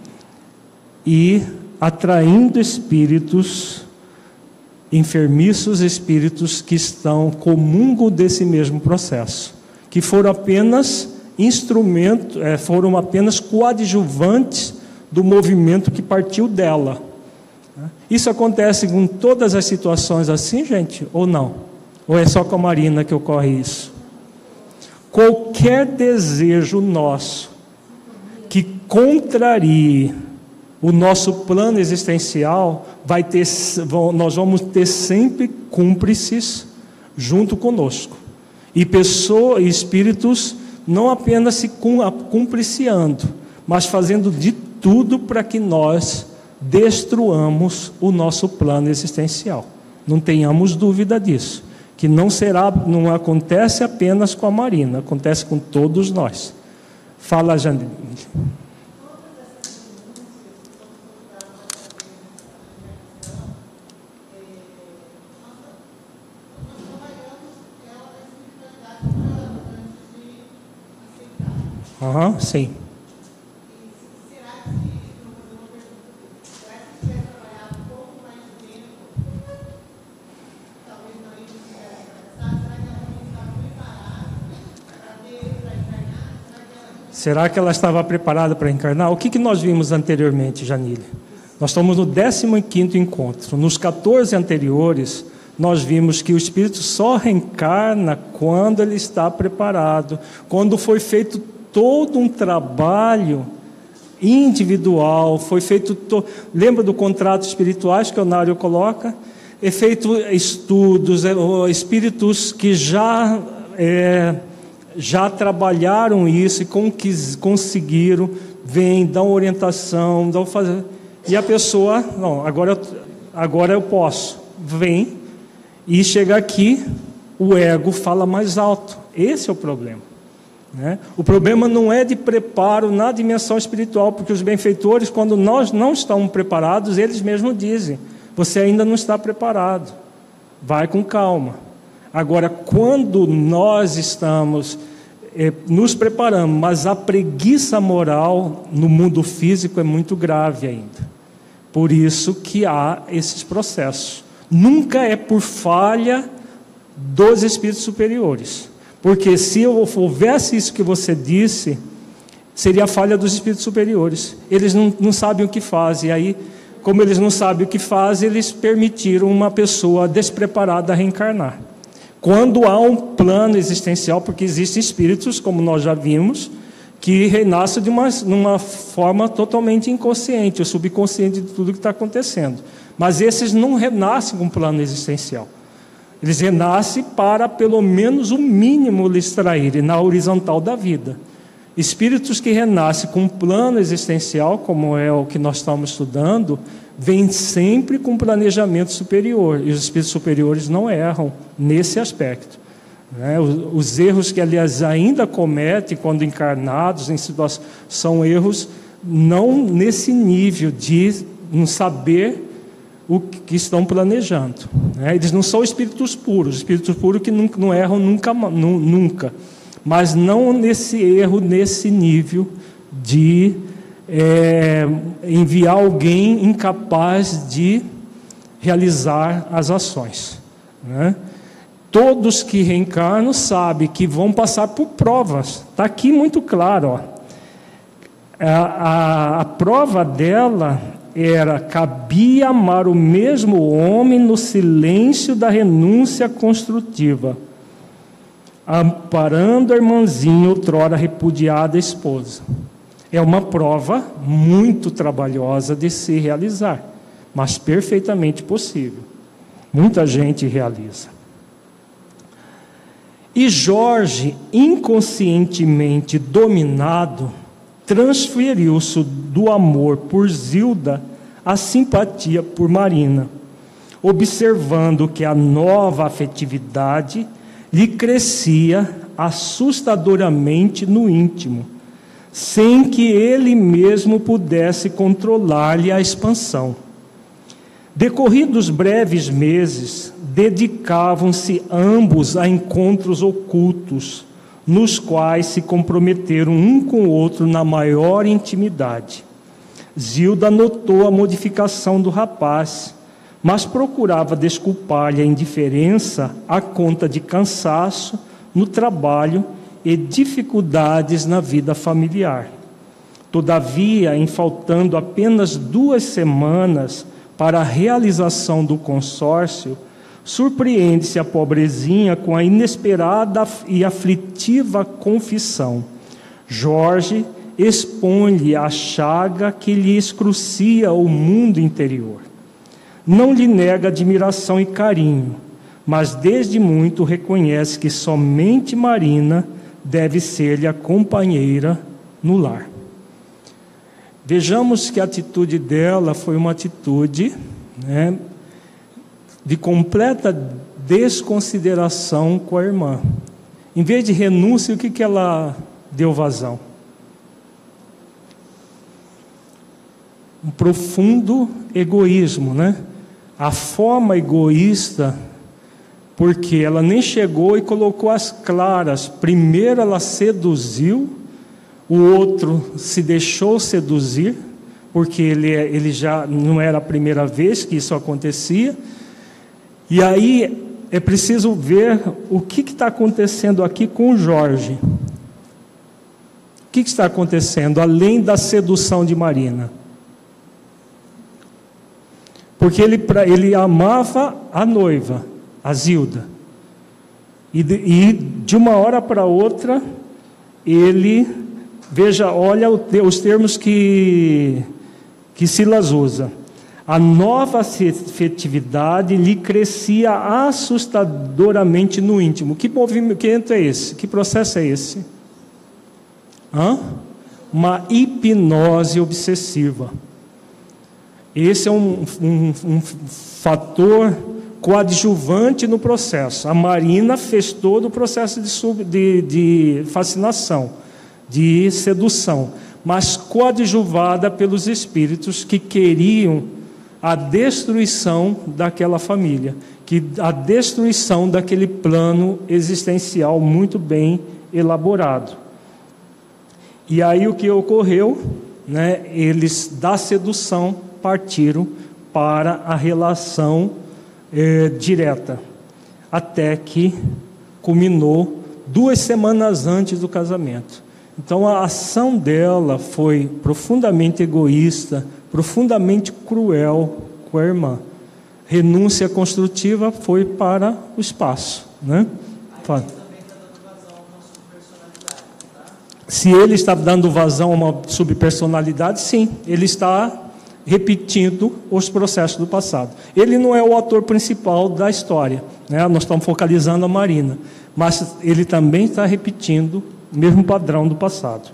Speaker 1: e atraindo espíritos enfermiços, espíritos que comungam desse mesmo processo, que foram apenas foram apenas coadjuvantes do movimento que partiu dela. Isso acontece com todas as situações assim, gente, ou não? Ou é só com a Marina que ocorre isso? Qualquer desejo nosso que contrarie o nosso plano existencial, nós vamos ter sempre cúmplices junto conosco. E espíritos não apenas se cumpliciando, mas fazendo de tudo para que nós destruamos o nosso plano existencial. Não tenhamos dúvida disso. Que não acontece apenas com a Marina, acontece com todos nós. Fala, Janine. Sim. Será que ela estava preparada para encarnar? O que nós vimos anteriormente, Janine? Nós estamos no 15º encontro. Nos 14 anteriores, nós vimos que o espírito só reencarna quando ele está preparado, quando foi feito todo um trabalho individual, foi feito... Lembra do contrato espirituais que o Nário coloca? É feito estudos, espíritos que já trabalharam isso e conseguiram, vêm, dão orientação, fazer. E a pessoa, não, agora eu posso, vem e chega aqui, o ego fala mais alto. Esse é o problema. O problema não é de preparo na dimensão espiritual, porque os benfeitores, quando nós não estamos preparados, eles mesmos dizem: você ainda não está preparado, vai com calma. Agora, quando nós estamos nos preparando, mas a preguiça moral no mundo físico é muito grave ainda. Por isso que há esses processos. Nunca é por falha dos espíritos superiores. Porque se houvesse isso que você disse, seria a falha dos espíritos superiores. Eles não sabem o que fazem. E aí, como eles não sabem o que fazem, eles permitiram uma pessoa despreparada reencarnar. Quando há um plano existencial, porque existem espíritos, como nós já vimos, que renascem de uma forma totalmente inconsciente, ou subconsciente de tudo que está acontecendo. Mas esses não renascem com um plano existencial. Eles renascem para, pelo menos, o mínimo lhes traírem na horizontal da vida. Espíritos que renascem com um plano existencial, como é o que nós estamos estudando, vêm sempre com planejamento superior. E os espíritos superiores não erram nesse aspecto. Os erros que, aliás, ainda cometem quando encarnados em situação, são erros não nesse nível de não saber o que estão planejando. Eles não são espíritos puros que não erram nunca, mas não nesse erro, nesse nível de enviar alguém incapaz de realizar as ações. Todos que reencarnam sabem que vão passar por provas. Está aqui muito claro. A prova dela cabia amar o mesmo homem no silêncio da renúncia construtiva, amparando a irmãzinha outrora repudiada esposa. É uma prova muito trabalhosa de se realizar, mas perfeitamente possível. Muita gente realiza. E Jorge, inconscientemente dominado, transferiu-se do amor por Zilda à simpatia por Marina, observando que a nova afetividade lhe crescia assustadoramente no íntimo, sem que ele mesmo pudesse controlar-lhe a expansão. Decorridos breves meses, dedicavam-se ambos a encontros ocultos, nos quais se comprometeram um com o outro na maior intimidade. Zilda notou a modificação do rapaz, mas procurava desculpar-lhe a indiferença à conta de cansaço no trabalho e dificuldades na vida familiar. Todavia, em faltando apenas 2 semanas para a realização do consórcio, surpreende-se a pobrezinha com a inesperada e aflitiva confissão. Jorge expõe-lhe a chaga que lhe excrucia o mundo interior. Não lhe nega admiração e carinho, mas desde muito reconhece que somente Marina deve ser-lhe a companheira no lar. Vejamos que a atitude dela foi uma atitude, de completa desconsideração com a irmã. Em vez de renúncia, o que ela deu vazão? Um profundo egoísmo, A forma egoísta, porque ela nem chegou e colocou as claras. Primeiro ela seduziu, o outro se deixou seduzir, porque ele já não era a primeira vez que isso acontecia. E aí é preciso ver o que está acontecendo aqui com o Jorge. O que está acontecendo além da sedução de Marina? Porque ele amava a noiva, a Zilda. E de uma hora para outra, olha os termos que Silas usa. A nova afetividade lhe crescia assustadoramente no íntimo. Que movimento é esse? Que processo é esse? Uma hipnose obsessiva. Esse é um fator coadjuvante no processo. A Marina fez todo o processo de fascinação, de sedução, mas coadjuvada pelos espíritos que queriam a destruição daquela família, a destruição daquele plano existencial muito bem elaborado. E aí o que ocorreu? Eles da sedução partiram para a relação direta, até que culminou 2 semanas antes do casamento. Então a ação dela foi profundamente egoísta, profundamente cruel com a irmã. Renúncia construtiva foi para o espaço, Fala. Se ele está dando vazão a uma subpersonalidade, sim, ele está repetindo os processos do passado. Ele não é o ator principal da história, Nós estamos focalizando a Marina, mas ele também está repetindo o mesmo padrão do passado.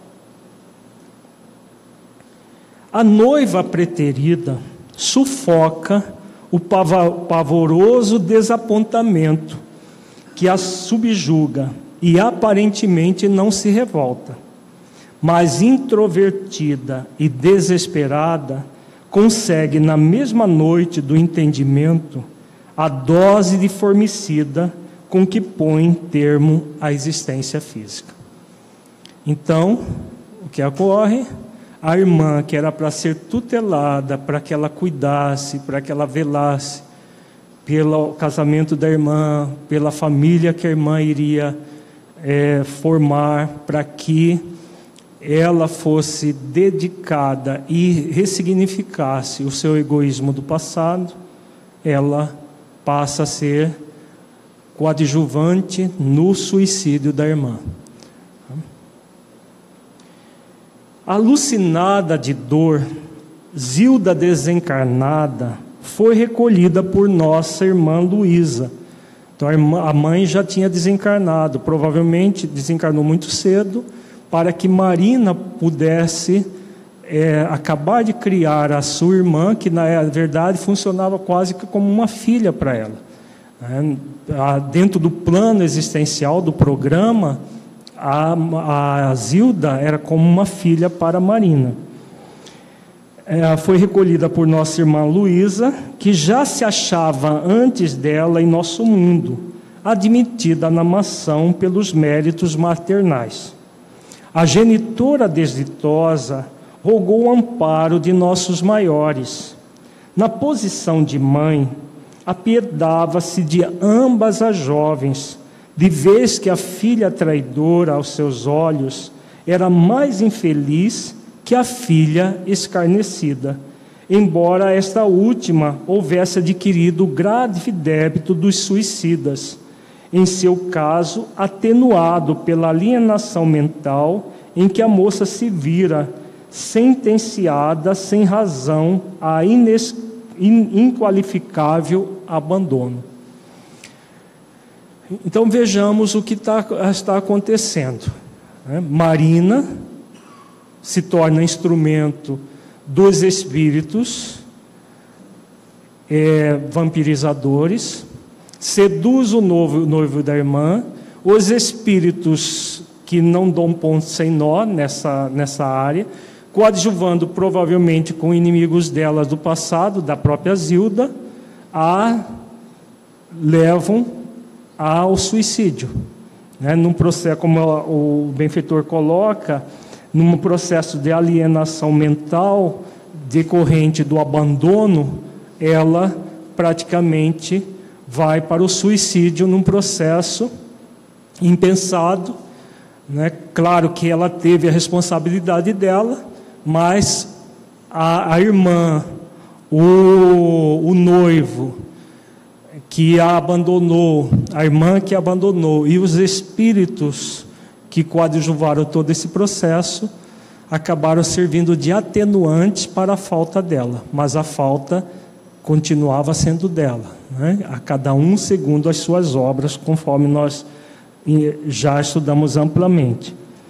Speaker 1: A noiva preterida sufoca o pavoroso desapontamento que a subjuga e aparentemente não se revolta, mas introvertida e desesperada, consegue na mesma noite do entendimento a dose de formicida com que põe termo à existência física. Então, o que ocorre? A irmã, que era para ser tutelada, para que ela cuidasse, para que ela velasse pelo casamento da irmã, pela família que a irmã iria formar, para que ela fosse dedicada e ressignificasse o seu egoísmo do passado, ela passa a ser coadjuvante no suicídio da irmã. Alucinada de dor, Zilda desencarnada foi recolhida por nossa irmã Luísa. Então a mãe já tinha desencarnado, provavelmente desencarnou muito cedo, para que Marina pudesse acabar de criar a sua irmã, que na verdade funcionava quase que como uma filha para ela. Dentro do plano existencial do programa, a Zilda era como uma filha para Marina. Foi recolhida por nossa irmã Luísa, que já se achava antes dela em nosso mundo, admitida na mansão pelos méritos maternais. A genitora desditosa rogou o amparo de nossos maiores. Na posição de mãe, apiedava-se de ambas as jovens, de vez que a filha traidora aos seus olhos era mais infeliz que a filha escarnecida, embora esta última houvesse adquirido o grave débito dos suicidas, em seu caso atenuado pela alienação mental em que a moça se vira sentenciada sem razão a inqualificável abandono. Então vejamos o que está acontecendo. Marina se torna instrumento dos espíritos vampirizadores, seduz o noivo da irmã, os espíritos que não dão ponto sem nó nessa área, coadjuvando provavelmente com inimigos dela do passado, da própria Zilda, levam ao suicídio. Num processo, como o benfeitor coloca, num processo de alienação mental decorrente do abandono, ela praticamente vai para o suicídio num processo impensado. Claro que ela teve a responsabilidade dela, mas a irmã, o noivo que a abandonou, a irmã que a abandonou e os espíritos que coadjuvaram todo esse processo acabaram servindo de atenuante para a falta dela, mas a falta continuava sendo dela, a cada um segundo as suas obras, conforme nós já estudamos amplamente.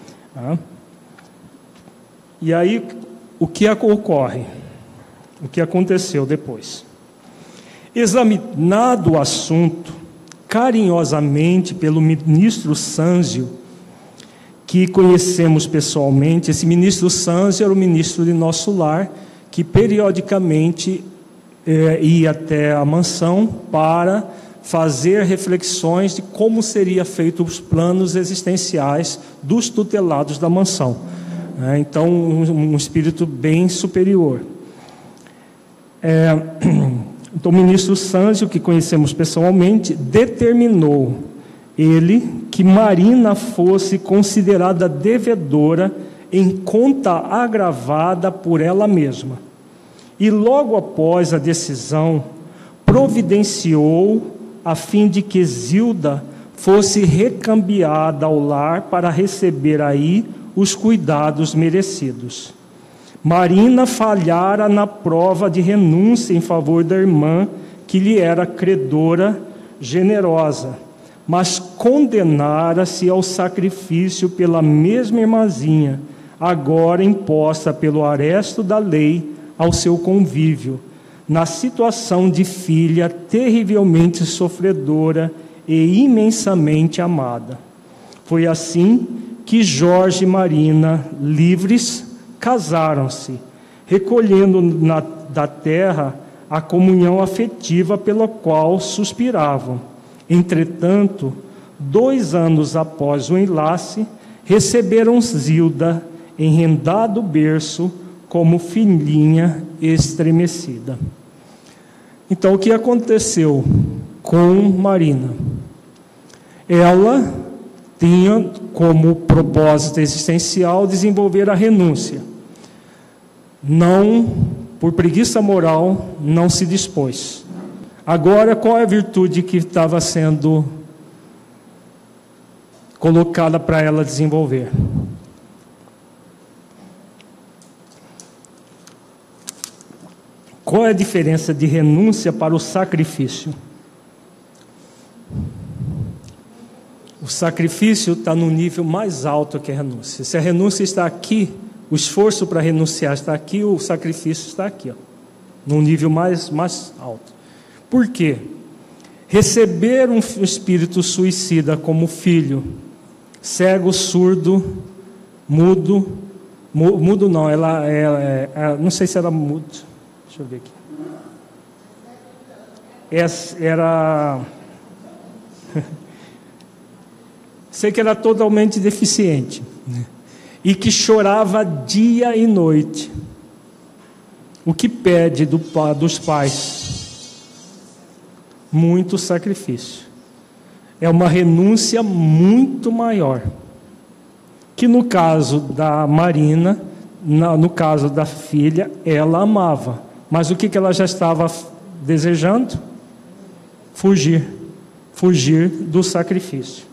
Speaker 1: E aí, o que ocorre? O que aconteceu depois? Examinado o assunto carinhosamente pelo ministro Sânzio, que conhecemos pessoalmente, esse ministro Sânzio era o ministro de nosso lar, que periodicamente ia até a mansão para fazer reflexões de como seria feito os planos existenciais dos tutelados da mansão. Então, um espírito bem superior. Então, o ministro Sânzio, que conhecemos pessoalmente, determinou ele que Marina fosse considerada devedora em conta agravada por ela mesma. E logo após a decisão, providenciou a fim de que Zilda fosse recambiada ao lar para receber aí os cuidados merecidos. Marina falhara na prova de renúncia em favor da irmã, que lhe era credora generosa, mas condenara-se ao sacrifício pela mesma irmãzinha, agora imposta pelo aresto da lei ao seu convívio, na situação de filha terrivelmente sofredora e imensamente amada. Foi assim que Jorge e Marina, livres, casaram-se, recolhendo da terra a comunhão afetiva pela qual suspiravam. Entretanto, 2 anos após o enlace, receberam Zilda em rendado berço como filhinha estremecida. Então, o que aconteceu com Marina? Ela tinha como propósito existencial desenvolver a renúncia. Não, por preguiça moral, não se dispôs. Agora, qual é a virtude que estava sendo colocada para ela desenvolver? Qual é a diferença de renúncia para o sacrifício? O sacrifício está no nível mais alto que a renúncia. Se a renúncia está aqui, o esforço para renunciar está aqui, o sacrifício está aqui, ó, num nível mais alto. Por quê? Receber um espírito suicida como filho, cego, surdo, mudo não, ela não sei se era mudo, deixa eu ver aqui. Era sei que era totalmente deficiente, e que chorava dia e noite. O que pede dos pais? Muito sacrifício. É uma renúncia muito maior. Que no caso da Marina, no caso da filha, ela amava. Mas o que ela já estava desejando? Fugir do sacrifício.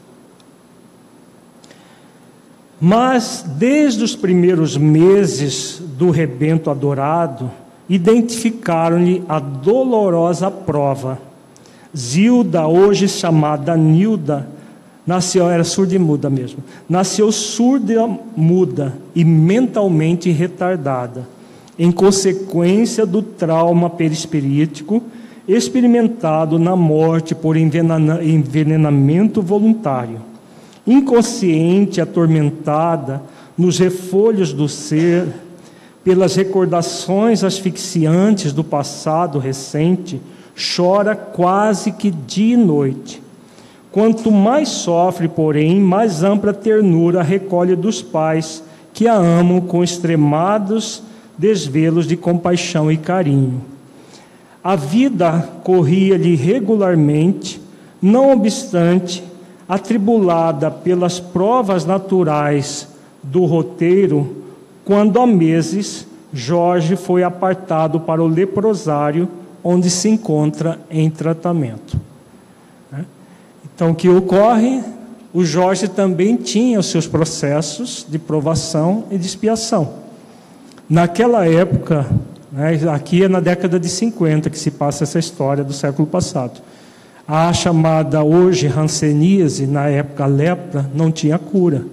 Speaker 1: Mas, desde os primeiros meses do rebento adorado, identificaram-lhe a dolorosa prova. Zilda, hoje chamada Nilda, era surda e muda mesmo. Nasceu surda, muda e mentalmente retardada, em consequência do trauma perispirítico experimentado na morte por envenenamento voluntário. Inconsciente, atormentada nos refolhos do ser, pelas recordações asfixiantes do passado recente, chora quase que dia e noite. Quanto mais sofre, porém, mais ampla ternura recolhe dos pais que a amam com extremados desvelos de compaixão e carinho. A vida corria-lhe regularmente, não obstante, atribulada pelas provas naturais do roteiro, quando há meses Jorge foi apartado para o leprosário, onde se encontra em tratamento. Então, o que ocorre? O Jorge também tinha os seus processos de provação e de expiação. Naquela época, aqui é na década de 50 que se passa essa história do século passado. A chamada hoje hanseníase, na época lepra, não tinha cura.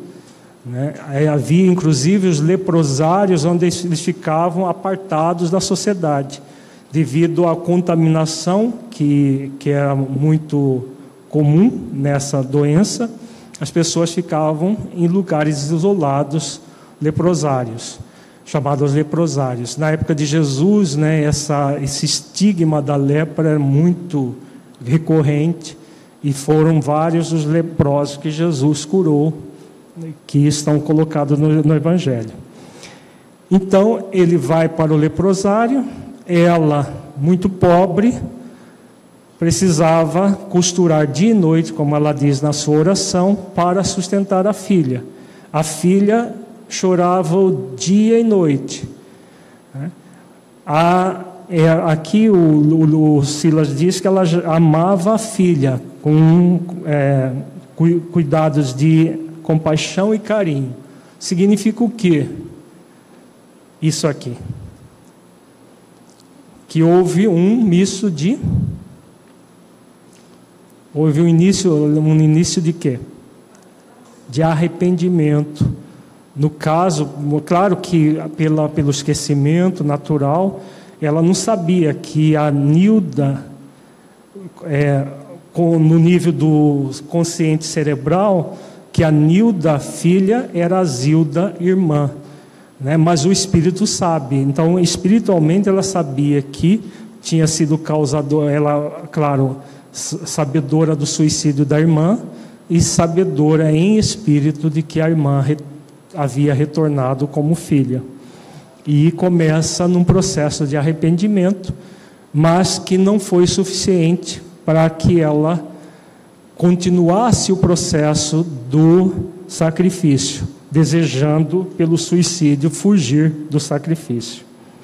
Speaker 1: Havia inclusive os leprosários, onde eles ficavam apartados da sociedade, devido à contaminação que era muito comum nessa doença. As pessoas ficavam em lugares isolados, leprosários, chamados leprosários. Na época de Jesus, esse estigma da lepra era muito recorrente, e foram vários os leprosos que Jesus curou, que estão colocados no Evangelho. Então, ele vai para o leprosário. Ela, muito pobre, precisava costurar dia e noite, como ela diz na sua oração, para sustentar a filha. A filha chorava o dia e noite. Aqui o Silas diz que ela amava a filha com cuidados de compaixão e carinho. Significa o quê? Isso aqui. Que houve um início de quê? De arrependimento. No caso, claro que pelo esquecimento natural, ela não sabia que a Nilda, no nível do consciente cerebral, que a Nilda, filha, era a Zilda, irmã. Mas o espírito sabe. Então, espiritualmente, ela sabia que tinha sido causador, ela, claro, sabedora do suicídio da irmã e sabedora em espírito de que a irmã havia retornado como filha. E começa num processo de arrependimento, mas que não foi suficiente para que ela continuasse o processo do sacrifício, desejando, pelo suicídio, fugir do sacrifício.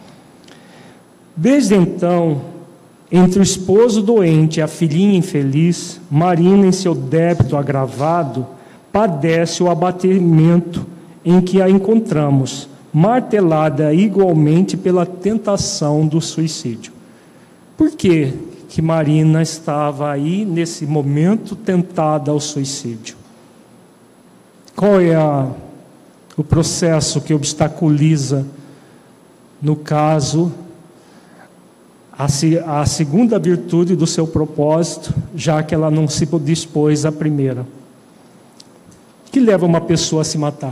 Speaker 1: Desde então, entre o esposo doente e a filhinha infeliz, Marina, em seu débito agravado, padece o abatimento em que a encontramos, martelada igualmente pela tentação do suicídio. Por que Marina estava aí, nesse momento, tentada ao suicídio? Qual é o processo que obstaculiza, no caso, a segunda virtude do seu propósito, já que ela não se dispôs à primeira? Que leva uma pessoa a se matar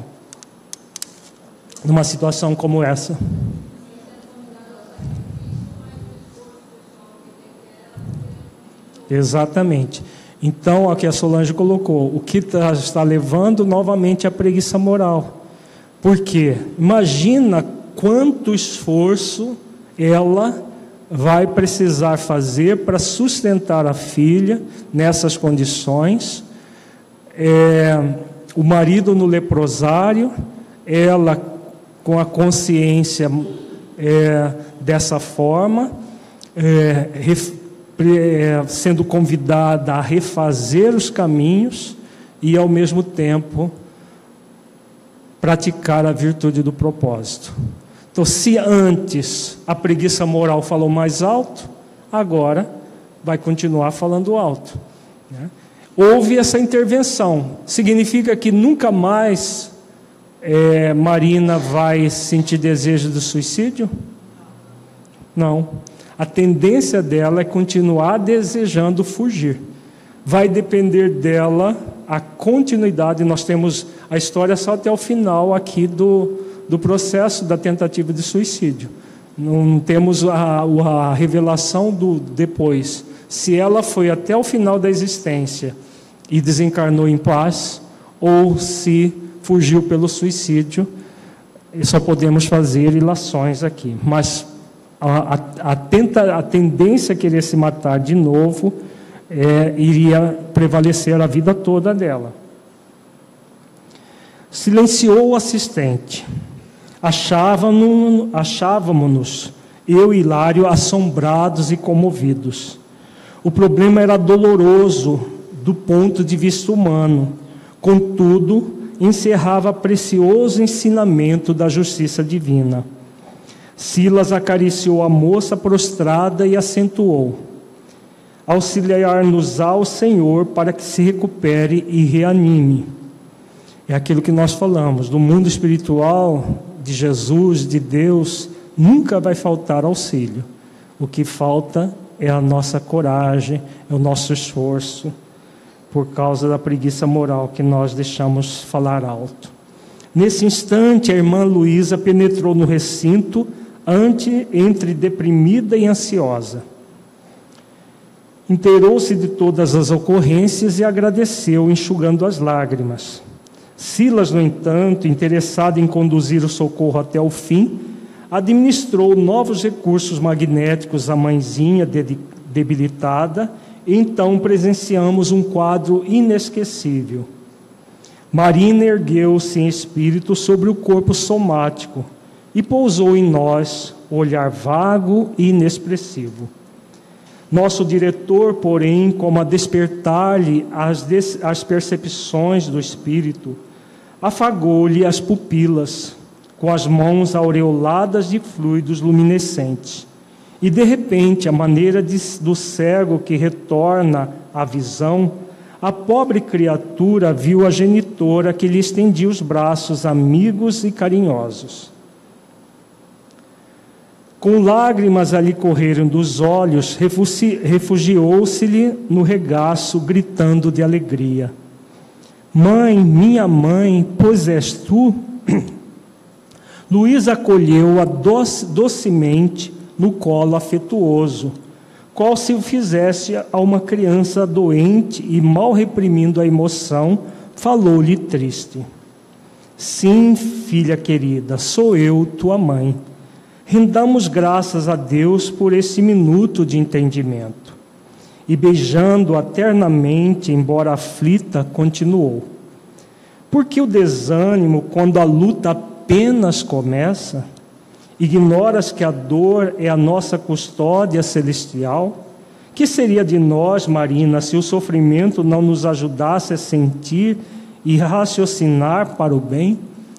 Speaker 1: numa situação como essa? Exatamente. Então, aqui a Solange colocou, o que está levando novamente à preguiça moral. Por quê? Imagina quanto esforço ela vai precisar fazer para sustentar a filha nessas condições. O marido no leprosário, ela com a consciência dessa forma, sendo convidada a refazer os caminhos e, ao mesmo tempo, praticar a virtude do propósito. Então, se antes a preguiça moral falou mais alto, agora vai continuar falando alto, né? Houve essa intervenção. Significa que nunca mais Marina vai sentir desejo de suicídio? Não. A tendência dela é continuar desejando fugir. Vai depender dela a continuidade. Nós temos a história só até o final aqui do processo da tentativa de suicídio. Não temos a revelação do depois. Se ela foi até o final da existência e desencarnou em paz, ou se fugiu pelo suicídio, só podemos fazer ilações aqui. Mas a tendência a querer se matar de novo iria prevalecer a vida toda dela. Silenciou o assistente. Achávamos-nos, eu e Hilário, assombrados e comovidos. O problema era doloroso do ponto de vista humano, contudo, encerrava precioso ensinamento da justiça divina. Silas acariciou a moça prostrada e acentuou: auxiliar-nos-á o Senhor para que se recupere e reanime. É aquilo que nós falamos, do mundo espiritual, de Jesus, de Deus, nunca vai faltar auxílio. O que falta é a nossa coragem, é o nosso esforço, por causa da preguiça moral que nós deixamos falar alto. Nesse instante, a irmã Luísa penetrou no recinto, entre deprimida e ansiosa. Inteirou-se de todas as ocorrências e agradeceu, enxugando as lágrimas. Silas, no entanto, interessado em conduzir o socorro até o fim, administrou novos recursos magnéticos à mãezinha debilitada, e então presenciamos um quadro inesquecível. Marina ergueu-se em espírito sobre o corpo somático e pousou em nós, olhar vago e inexpressivo. Nosso diretor, porém, como a despertar-lhe as percepções do espírito, afagou-lhe as pupilas com as mãos aureoladas de fluidos luminescentes. E, de repente, à maneira do cego que retorna à visão, a pobre criatura viu a genitora que lhe estendia os braços amigos e carinhosos. Com lágrimas a lhe correram dos olhos, refugiou-se-lhe no regaço, gritando de alegria: mãe, minha mãe, pois és tu? Luísa acolheu-a docemente no colo afetuoso, qual se o fizesse a uma criança doente, e, mal reprimindo a emoção, falou-lhe triste: sim, filha querida, sou eu, tua mãe. Rendamos graças a Deus por esse minuto de entendimento. e beijando-a ternamente, embora aflita, continuou: por que o desânimo quando a luta apenas começa? Ignoras que a dor é a nossa custódia celestial? Que seria de nós, Marina, se o sofrimento não nos ajudasse a sentir e raciocinar para o bem?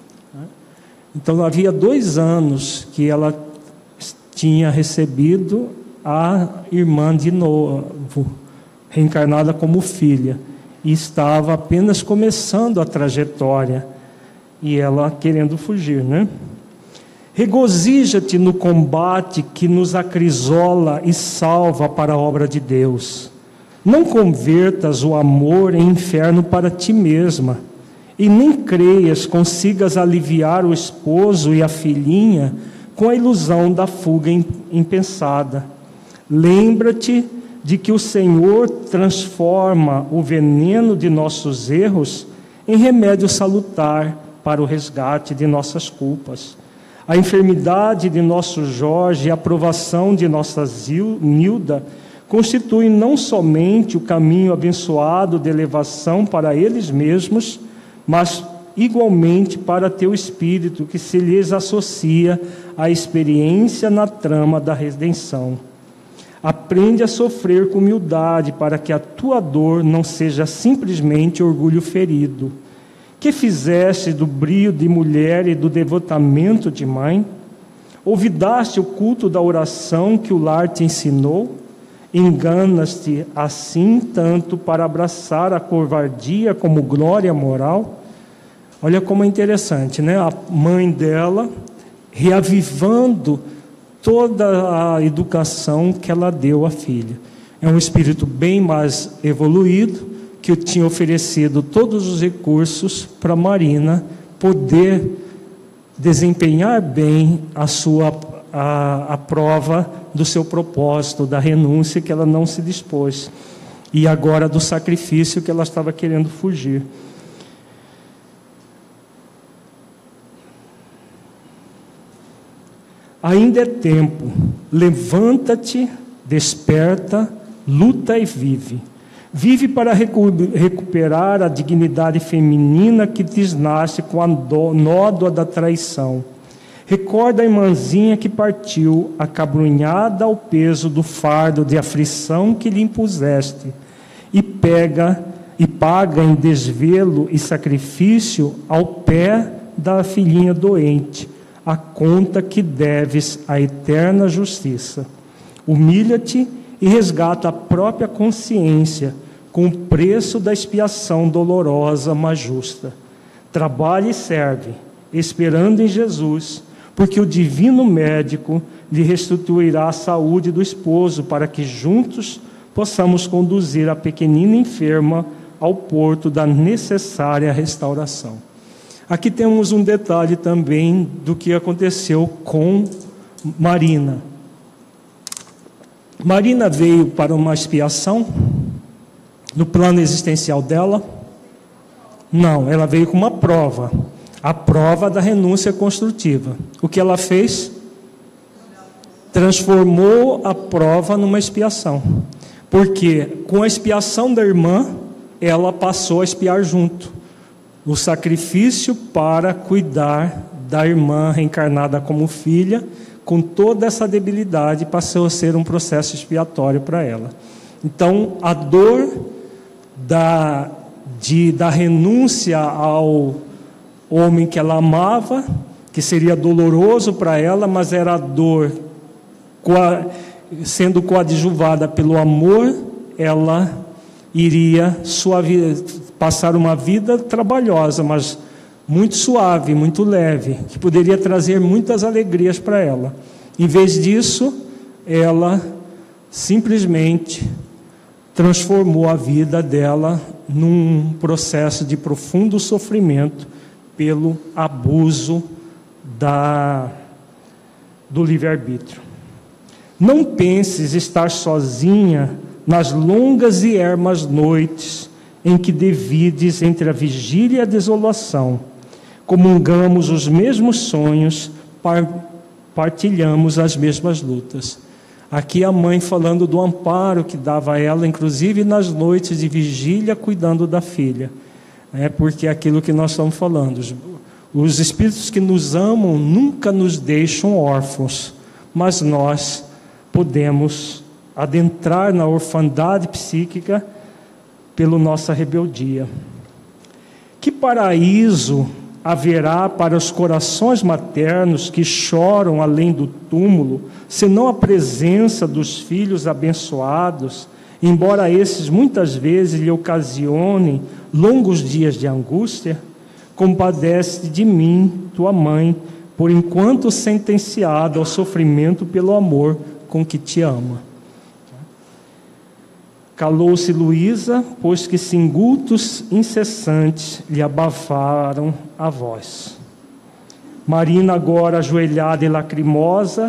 Speaker 1: Então, havia 2 anos que ela tinha recebido a irmã de novo, reencarnada como filha, e estava apenas começando a trajetória, e ela querendo fugir, né? Regozija-te no combate que nos acrisola e salva para a obra de Deus. Não convertas o amor em inferno para ti mesma, e nem creias consigas aliviar o esposo e a filhinha com a ilusão da fuga impensada. Lembra-te de que o Senhor transforma o veneno de nossos erros em remédio salutar para o resgate de nossas culpas. A enfermidade de nosso Jorge e a provação de nossa Nilda constituem não somente o caminho abençoado de elevação para eles mesmos, mas igualmente para teu espírito, que se lhes associa à experiência na trama da redenção. Aprende a sofrer com humildade, para que a tua dor não seja simplesmente orgulho ferido. Que fizeste do brio de mulher e do devotamento de mãe? Olvidaste o culto da oração que o lar te ensinou? Enganas-te assim tanto para abraçar a covardia como glória moral? Olha como é interessante, né? A mãe dela reavivando toda a educação que ela deu à filha. É um espírito bem mais evoluído, que tinha oferecido todos os recursos para Marina poder desempenhar bem a prova do seu propósito, da renúncia que ela não se dispôs, e agora do sacrifício que ela estava querendo fugir. Ainda é tempo, levanta-te, desperta, luta e vive. Vive para recuperar a dignidade feminina que te nasce com a nódoa da traição. Recorda a irmãzinha que partiu, acabrunhada ao peso do fardo de aflição que lhe impuseste, e paga em desvelo e sacrifício ao pé da filhinha doente a conta que deves à eterna justiça. Humilha-te e resgata a própria consciência com o preço da expiação dolorosa, mas justa. Trabalhe e serve, esperando em Jesus, porque o divino médico lhe restituirá a saúde do esposo, para que juntos possamos conduzir a pequenina enferma ao porto da necessária restauração. Aqui temos um detalhe também do que aconteceu com Marina. Marina veio para uma expiação no plano existencial dela? Não, ela veio com uma prova, a prova da renúncia construtiva. O que ela fez? Transformou a prova numa expiação, porque com a expiação da irmã, ela passou a expiar junto. O sacrifício para cuidar da irmã reencarnada como filha, com toda essa debilidade, passou a ser um processo expiatório para ela. Então, a dor da renúncia ao homem que ela amava, que seria doloroso para ela, mas era a dor sendo coadjuvada pelo amor, ela iria passar uma vida trabalhosa, mas muito suave, muito leve, que poderia trazer muitas alegrias para ela. Em vez disso, ela simplesmente transformou a vida dela num processo de profundo sofrimento pelo abuso do livre-arbítrio. Não penses estar sozinha nas longas e ermas noites em que divides entre a vigília e a desolação. Comungamos os mesmos sonhos, partilhamos as mesmas lutas. Aqui a mãe falando do amparo que dava a ela, inclusive nas noites de vigília, cuidando da filha. Porque é aquilo que nós estamos falando. Os espíritos que nos amam nunca nos deixam órfãos, mas nós podemos adentrar na orfandade psíquica pela nossa rebeldia. Que paraíso haverá para os corações maternos que choram além do túmulo, senão a presença dos filhos abençoados, embora esses muitas vezes lhe ocasionem longos dias de angústia? Compadece de mim, tua mãe, por enquanto sentenciada ao sofrimento pelo amor com que te ama. Calou-se Luísa, pois que singultos incessantes lhe abafaram a voz. Marina, agora ajoelhada e lacrimosa,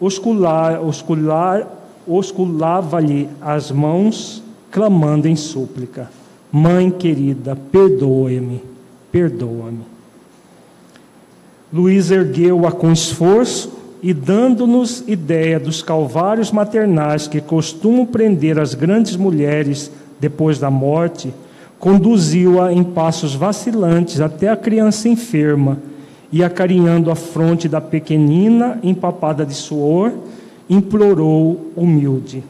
Speaker 1: osculava-lhe as mãos, clamando em súplica: Mãe querida, perdoe-me, perdoa-me. Luísa ergueu-a com esforço e, dando-nos ideia dos calvários maternais que costumam prender as grandes mulheres depois da morte, conduziu-a em passos vacilantes até a criança enferma e, acarinhando a fronte da pequenina empapada de suor, implorou humilde: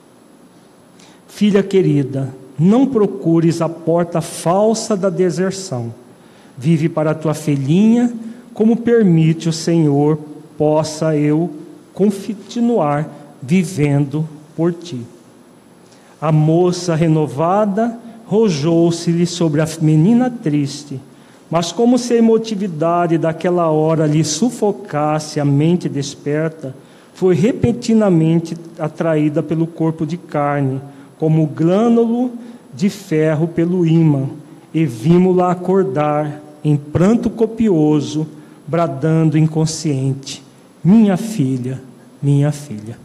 Speaker 1: Filha querida, não procures a porta falsa da deserção. Vive para a tua filhinha, como permite o Senhor, possa eu continuar vivendo por ti. A moça renovada rojou-se-lhe sobre a menina triste, mas como se a emotividade daquela hora lhe sufocasse a mente desperta, foi repentinamente atraída pelo corpo de carne, como o glânulo de ferro pelo ímã, e vimos-la acordar em pranto copioso, bradando inconsciente: minha filha, minha filha.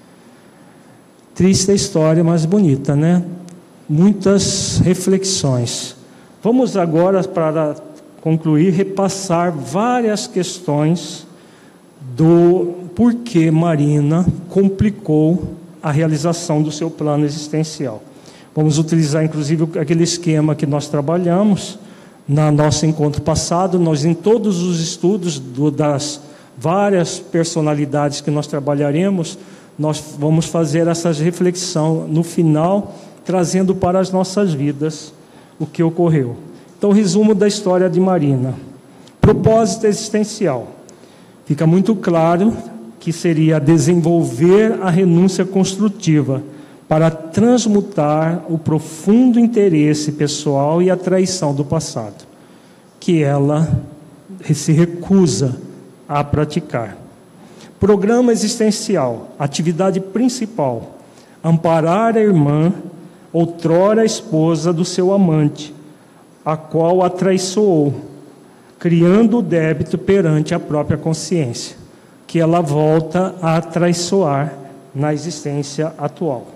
Speaker 1: Triste a história, mas bonita, né? Muitas reflexões. Vamos agora, para concluir, repassar várias questões do porquê Marina complicou a realização do seu plano existencial. Vamos utilizar, inclusive, aquele esquema que nós trabalhamos no nosso encontro passado. Nós, em todos os estudos das várias personalidades que nós trabalharemos, nós vamos fazer essa reflexão no final, trazendo para as nossas vidas o que ocorreu. Então, resumo da história de Marina. Propósito existencial. Fica muito claro que seria desenvolver a renúncia construtiva para transmutar o profundo interesse pessoal e a traição do passado, que ela se recusa a praticar. Programa existencial, atividade principal: amparar a irmã, outrora esposa do seu amante, a qual a traiçoou, criando o débito perante a própria consciência, que ela volta a traiçoar na existência atual.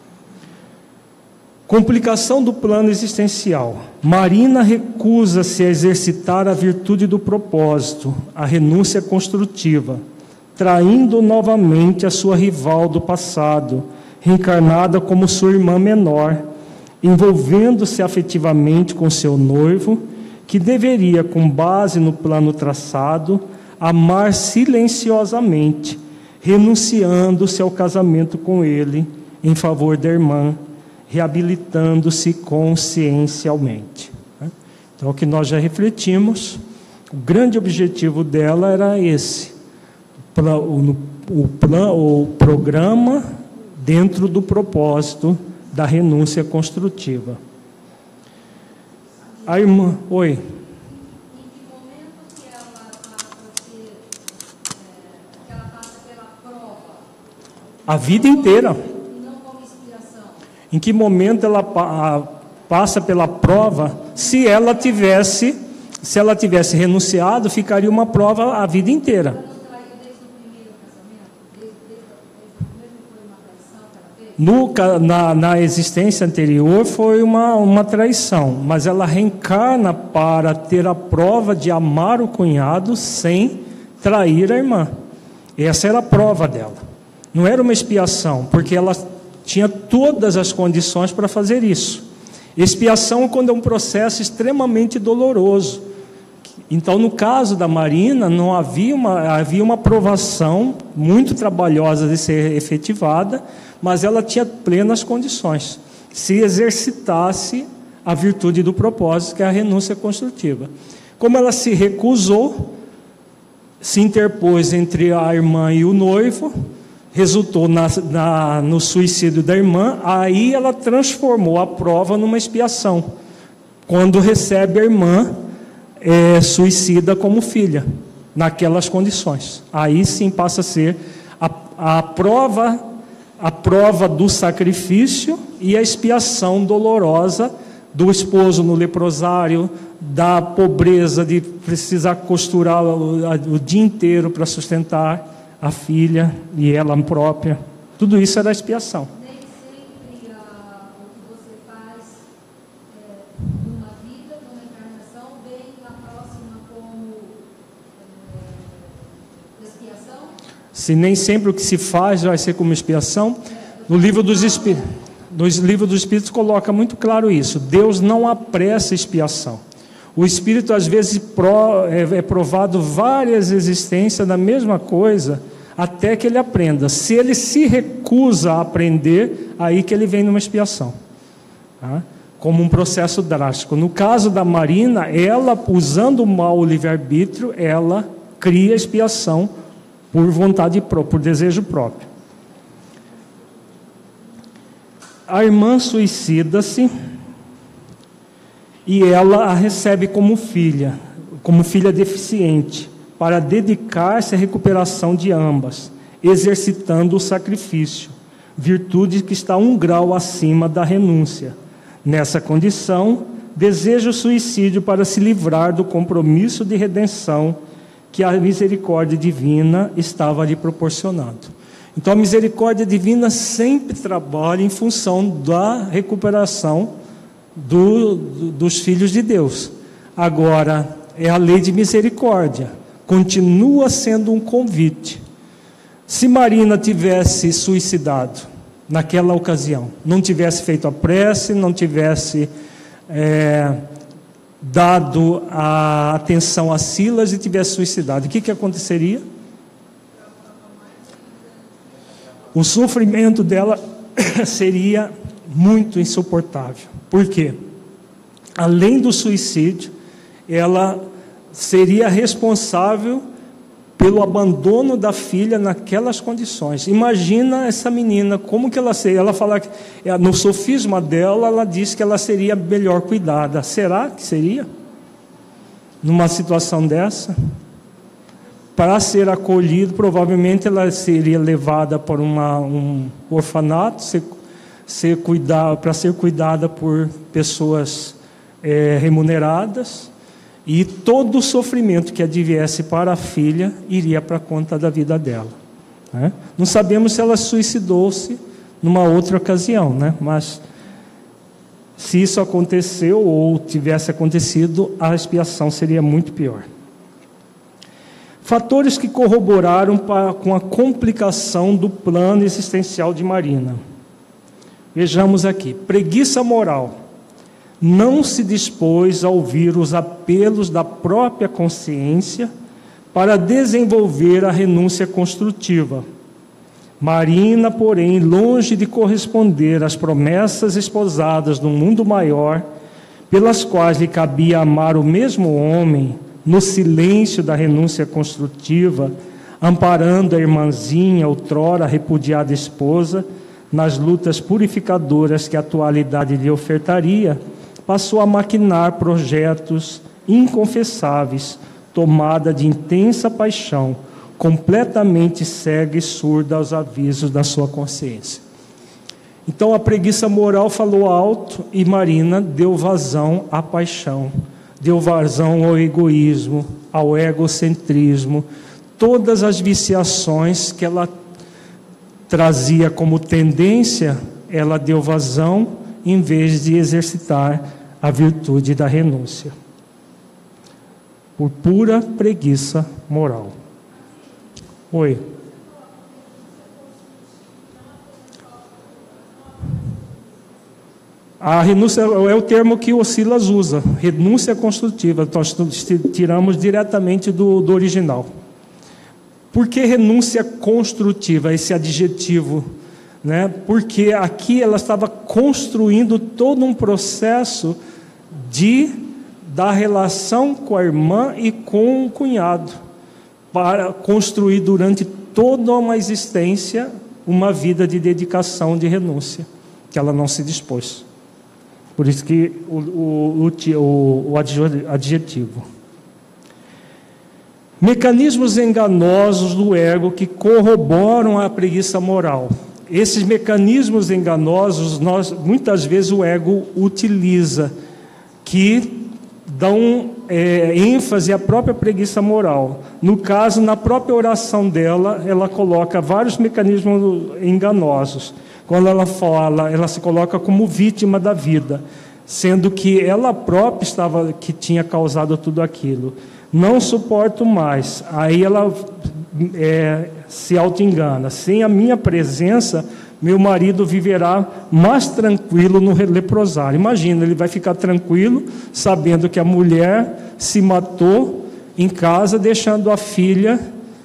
Speaker 1: Complicação do plano existencial. Marina recusa-se a exercitar a virtude do propósito, a renúncia construtiva, traindo novamente a sua rival do passado, reencarnada como sua irmã menor, envolvendo-se afetivamente com seu noivo, que deveria, com base no plano traçado, amar silenciosamente, renunciando-se ao casamento com ele em favor da irmã, reabilitando-se consciencialmente. Então, o que nós já refletimos, o grande objetivo dela era esse, o programa dentro do propósito da renúncia construtiva. A irmã, oi. Em que momento que ela passa pela prova? A vida inteira. Em que momento ela passa pela prova? Se ela tivesse renunciado, ficaria uma prova a vida inteira. Na existência anterior foi uma traição, mas ela reencarna para ter a prova de amar o cunhado sem trair a irmã. Essa era a prova dela. Não era uma expiação, porque ela tinha todas as condições para fazer isso. Expiação é quando é um processo extremamente doloroso. Então, no caso da Marina, não havia uma provação muito trabalhosa de ser efetivada, mas ela tinha plenas condições, se exercitasse a virtude do propósito, que é a renúncia construtiva. Como ela se recusou, se interpôs entre a irmã e o noivo, resultou no suicídio da irmã, aí ela transformou a prova numa expiação, quando recebe a irmã suicida como filha, naquelas condições. Aí sim passa a ser a prova do sacrifício e a expiação dolorosa do esposo no leprosário, da pobreza de precisar costurar o dia inteiro para sustentar a filha e ela própria. Tudo isso era expiação.
Speaker 2: Nem sempre o que você faz numa vida, numa encarnação, vem na próxima como expiação?
Speaker 1: Se nem sempre o que se faz vai ser como expiação, no livro dos Espíritos coloca muito claro isso. Deus não apressa expiação. O Espírito às vezes é provado várias existências da mesma coisa, até que ele aprenda. Se ele se recusa a aprender, aí que ele vem numa expiação, tá? Como um processo drástico. No caso da Marina, ela, usando mal o livre-arbítrio, ela cria expiação por vontade própria, por desejo próprio. A irmã suicida-se e ela a recebe como filha deficiente, para dedicar-se à recuperação de ambas, exercitando o sacrifício, virtude que está 1 grau acima da renúncia. Nessa condição, deseja o suicídio para se livrar do compromisso de redenção que a misericórdia divina estava lhe proporcionando. Então, a misericórdia divina sempre trabalha em função da recuperação dos filhos de Deus. Agora, é a lei de misericórdia, continua sendo um convite. Se Marina tivesse suicidado naquela ocasião, não tivesse feito a prece, não tivesse dado a atenção a Silas e tivesse suicidado, o que aconteceria? O sofrimento dela seria muito insuportável. Por quê? Além do suicídio, ela seria responsável pelo abandono da filha naquelas condições. Imagina essa menina, como que ela seria? Ela fala que no sofisma dela, ela diz que ela seria melhor cuidada. Será que seria? Numa situação dessa? Para ser acolhido, provavelmente ela seria levada para um orfanato, para ser cuidada por pessoas remuneradas, e todo o sofrimento que adviesse para a filha iria para a conta da vida dela, né? Não sabemos se ela suicidou-se numa outra ocasião, né? Mas se isso aconteceu ou tivesse acontecido, a expiação seria muito pior. Fatores que corroboraram com a complicação do plano existencial de Marina. Vejamos aqui. Preguiça moral. Não se dispôs a ouvir os apelos da própria consciência para desenvolver a renúncia construtiva. Marina, porém, longe de corresponder às promessas esposadas do mundo maior, pelas quais lhe cabia amar o mesmo homem, no silêncio da renúncia construtiva, amparando a irmãzinha, outrora repudiada esposa, nas lutas purificadoras que a atualidade lhe ofertaria, passou a maquinar projetos inconfessáveis, tomada de intensa paixão, completamente cega e surda aos avisos da sua consciência. Então a preguiça moral falou alto e Marina deu vazão à paixão, deu vazão ao egoísmo, ao egocentrismo, todas as viciações que ela trazia como tendência, ela deu vazão em vez de exercitar a virtude da renúncia, por pura preguiça moral. Oi. A renúncia é o termo que o Silas usa, renúncia construtiva, nós tiramos diretamente do original. Por que renúncia construtiva, esse adjetivo? Né? Porque aqui ela estava construindo todo um processo da relação com a irmã e com o cunhado, para construir durante toda uma existência uma vida de dedicação, de renúncia, que ela não se dispôs. Por isso que o adjetivo. Mecanismos enganosos do ego que corroboram a preguiça moral. Esses mecanismos enganosos, muitas vezes o ego utiliza, que dão ênfase à própria preguiça moral. No caso, na própria oração dela, ela coloca vários mecanismos enganosos. Quando ela fala, ela se coloca como vítima da vida, sendo que ela própria que tinha causado tudo aquilo. Não suporto mais. Aí ela se auto-engana. Sem a minha presença, meu marido viverá mais tranquilo no leprosário. Imagina, ele vai ficar tranquilo, sabendo que a mulher se matou em casa, deixando a filha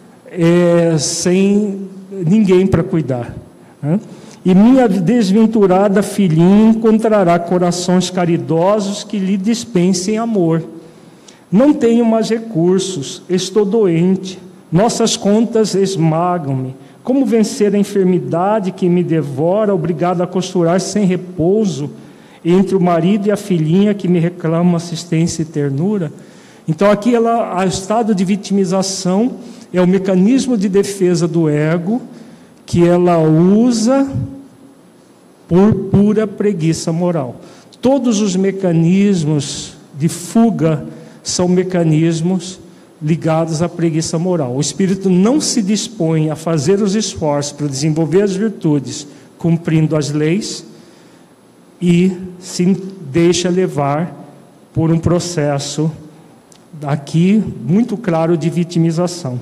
Speaker 1: sem ninguém para cuidar, né? E minha desventurada filhinha encontrará corações caridosos que lhe dispensem amor. Não tenho mais recursos, estou doente, nossas contas esmagam-me. Como vencer a enfermidade que me devora, obrigado a costurar sem repouso entre o marido e a filhinha que me reclamam assistência e ternura? Então aqui o estado de vitimização é o mecanismo de defesa do ego que ela usa por pura preguiça moral. Todos os mecanismos de fuga são mecanismos ligados à preguiça moral. O espírito não se dispõe a fazer os esforços para desenvolver as virtudes, cumprindo as leis, e se deixa levar por um processo aqui muito claro de vitimização.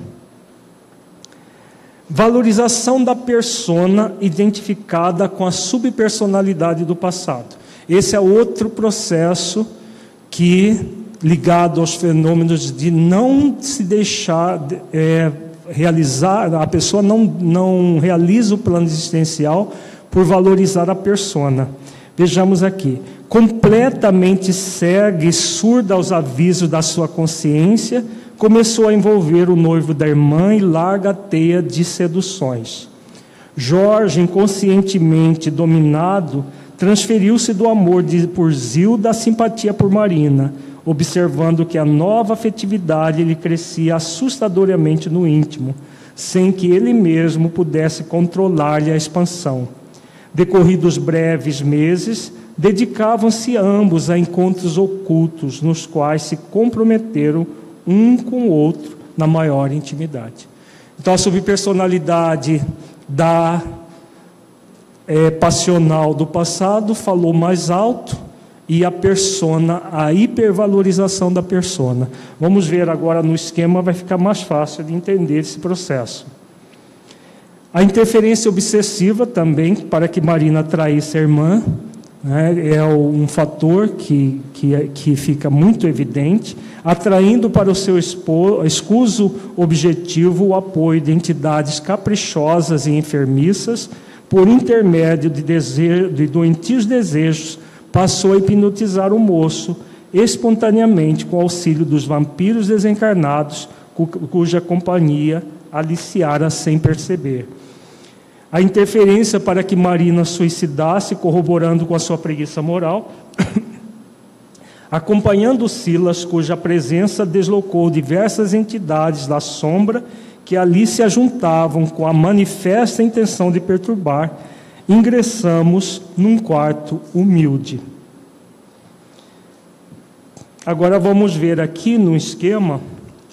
Speaker 1: Valorização da persona identificada com a subpersonalidade do passado. Esse é outro processo ligado aos fenômenos de não se deixar realizar, a pessoa não realiza o plano existencial por valorizar a persona. Vejamos aqui. Completamente cega e surda aos avisos da sua consciência, começou a envolver o noivo da irmã e larga teia de seduções. Jorge, inconscientemente dominado, transferiu-se do amor por Zilda à simpatia por Marina, observando que a nova afetividade lhe crescia assustadoramente no íntimo, sem que ele mesmo pudesse controlar-lhe a expansão. Decorridos breves meses, dedicavam-se ambos a encontros ocultos, nos quais se comprometeram um com o outro na maior intimidade. Então a subpersonalidade passional do passado falou mais alto, e a persona, a hipervalorização da persona. Vamos ver agora no esquema, vai ficar mais fácil de entender esse processo. A interferência obsessiva também, para que Marina traísse a irmã, né, é um fator que fica muito evidente, atraindo para o seu escuso objetivo o apoio de entidades caprichosas e enfermiças, por intermédio de doentios desejos, passou a hipnotizar o moço espontaneamente com o auxílio dos vampiros desencarnados, cuja companhia aliciara sem perceber. A interferência para que Marina suicidasse, corroborando com a sua preguiça moral, acompanhando Silas, cuja presença deslocou diversas entidades da sombra que ali se ajuntavam com a manifesta intenção de perturbar, ingressamos num quarto humilde. Agora vamos ver aqui no esquema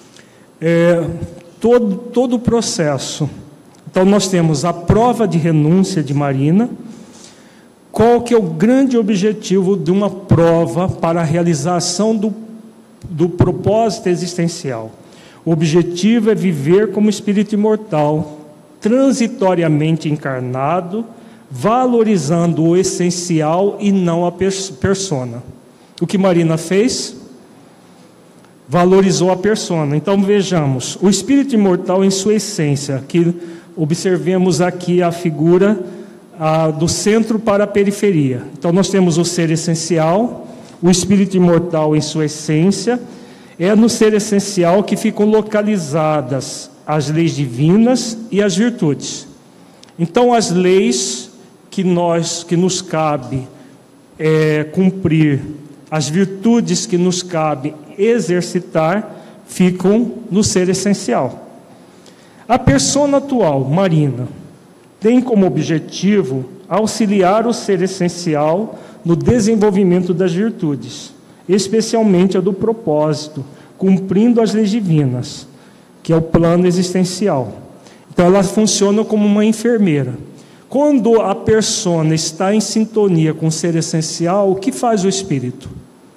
Speaker 1: todo o processo. Então nós temos a prova de renúncia de Marina. Qual que é o grande objetivo de uma prova para a realização do propósito existencial? O objetivo é viver como espírito imortal, transitoriamente encarnado, valorizando o essencial e não a persona. O que Marina fez? Valorizou a persona. Então vejamos, o espírito imortal em sua essência, que observemos aqui a figura do centro para a periferia. Então nós temos o ser essencial, o espírito imortal em sua essência. É no ser essencial que ficam localizadas as leis divinas e as virtudes. Então as leis que nos cabe cumprir, as virtudes que nos cabe exercitar, ficam no ser essencial. A persona atual, Marina, tem como objetivo auxiliar o ser essencial no desenvolvimento das virtudes, especialmente a do propósito, cumprindo as leis divinas, que é o plano existencial. Então ela funciona como uma enfermeira. Quando a persona está em sintonia com o ser essencial, o que faz o espírito?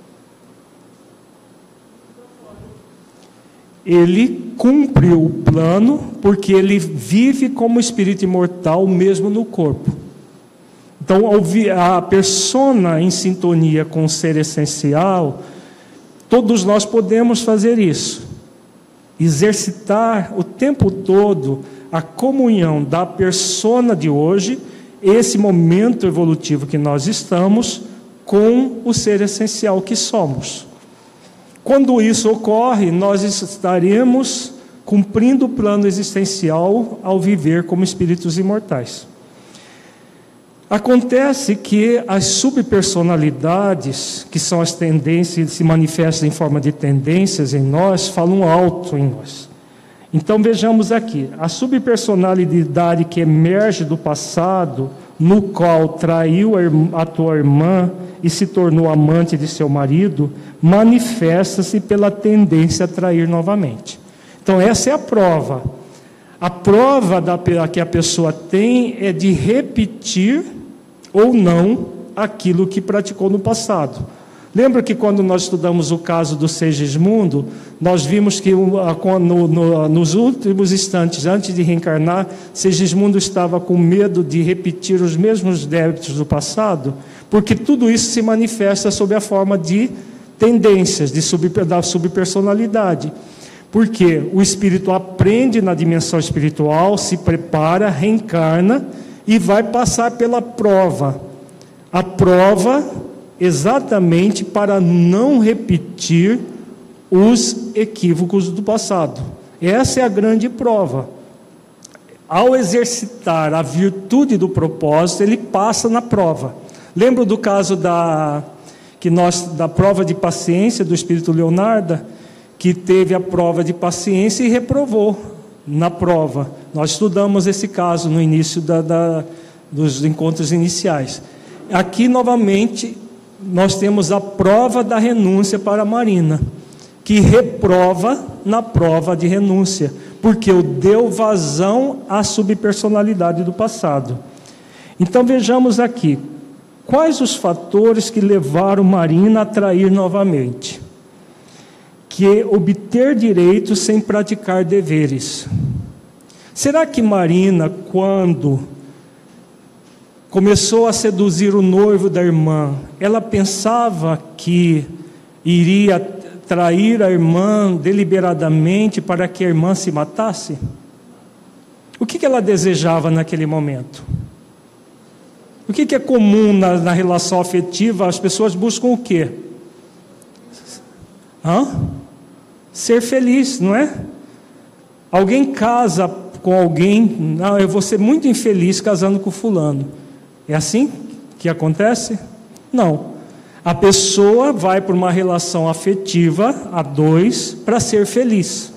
Speaker 1: Ele cumpre o plano, porque ele vive como espírito imortal mesmo no corpo. Então, a persona em sintonia com o ser essencial, todos nós podemos fazer isso. Exercitar o tempo todo a comunhão da persona de hoje, esse momento evolutivo que nós estamos, com o ser essencial que somos. Quando isso ocorre, nós estaremos cumprindo o plano existencial ao viver como espíritos imortais. Acontece que as subpersonalidades, que são as tendências, se manifestam em forma de tendências em nós, falam alto em nós. Então vejamos aqui, a subpersonalidade que emerge do passado, no qual traiu a tua irmã e se tornou amante de seu marido, manifesta-se pela tendência a trair novamente. Então essa é a prova. A prova que a pessoa tem é de repetir ou não aquilo que praticou no passado. Lembra que quando nós estudamos o caso do Segismundo, nós vimos que nos últimos instantes, antes de reencarnar, Segismundo estava com medo de repetir os mesmos débitos do passado, porque tudo isso se manifesta sob a forma de tendências, da subpersonalidade. Porque o espírito aprende na dimensão espiritual, se prepara, reencarna e vai passar pela prova. A prova exatamente para não repetir os equívocos do passado. Essa é a grande prova. Ao exercitar a virtude do propósito, ele passa na prova. Lembra do caso da prova de paciência do espírito Leonardo, que teve a prova de paciência e reprovou na prova. Nós estudamos esse caso no início dos encontros iniciais. Aqui, novamente, nós temos a prova da renúncia para a Marina, que reprova na prova de renúncia, porque deu vazão à subpersonalidade do passado. Então vejamos aqui, quais os fatores que levaram Marina a trair novamente? Que obter direitos sem praticar deveres. Será que Marina, quando começou a seduzir o noivo da irmã, ela pensava que iria trair a irmã deliberadamente para que a irmã se matasse? O que ela desejava naquele momento? O que é comum na relação afetiva? As pessoas buscam o quê? Ser feliz, não é? Alguém casa com alguém, não, eu vou ser muito infeliz casando com fulano. É assim que acontece? Não. A pessoa vai por uma relação afetiva a dois para ser feliz.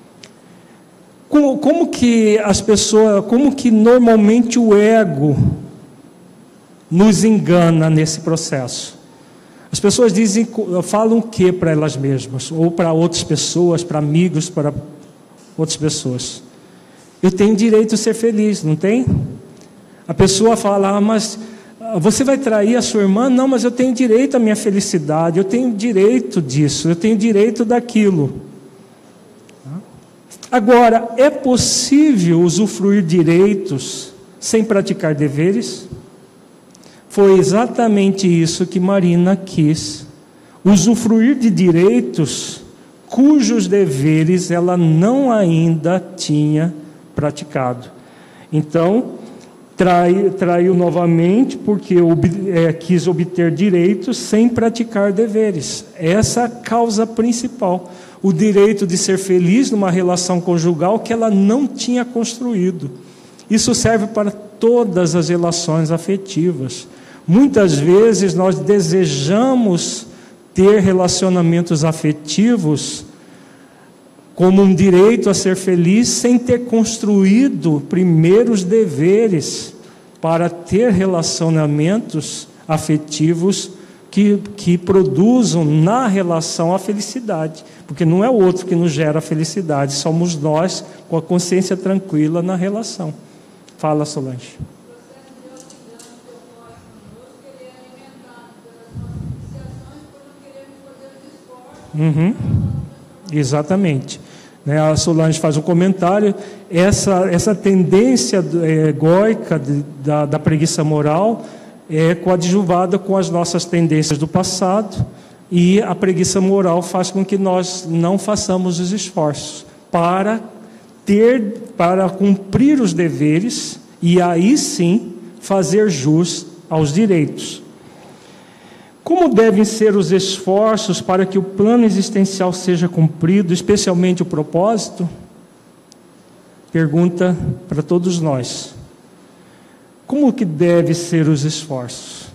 Speaker 1: Como que normalmente o ego nos engana nesse processo? As pessoas falam o que para elas mesmas? Ou para outras pessoas, para amigos, para outras pessoas? Eu tenho direito a ser feliz, não tem? A pessoa fala, mas você vai trair a sua irmã? Não, mas eu tenho direito à minha felicidade, eu tenho direito disso, eu tenho direito daquilo. Agora, é possível usufruir direitos sem praticar deveres? Foi exatamente isso que Marina quis: usufruir de direitos cujos deveres ela não ainda tinha praticado. Então, traiu novamente porque quis obter direitos sem praticar deveres. Essa é a causa principal. O direito de ser feliz numa relação conjugal que ela não tinha construído. Isso serve para todas as relações afetivas. Muitas vezes nós desejamos ter relacionamentos afetivos como um direito a ser feliz, sem ter construído primeiro os deveres para ter relacionamentos afetivos que produzam na relação a felicidade. Porque não é o outro que nos gera a felicidade, somos nós com a consciência tranquila na relação. Fala, Solange. Exatamente. A Solange faz um comentário. Essa tendência egóica da preguiça moral é coadjuvada com as nossas tendências do passado, e a preguiça moral faz com que nós não façamos os esforços para cumprir os deveres e aí sim fazer jus aos direitos. Como devem ser os esforços para que o plano existencial seja cumprido, especialmente o propósito? Pergunta para todos nós. Como que devem ser os esforços?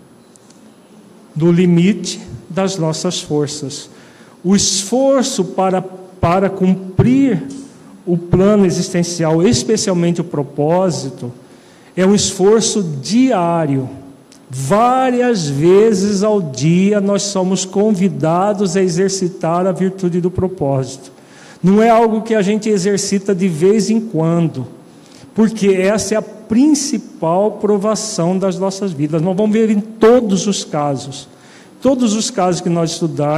Speaker 1: No limite das nossas forças. O esforço para cumprir o plano existencial, especialmente o propósito, é um esforço diário. Várias vezes ao dia nós somos convidados a exercitar a virtude do propósito. Não é algo que a gente exercita de vez em quando, porque essa é a principal provação das nossas vidas. Nós vamos ver em todos os casos que nós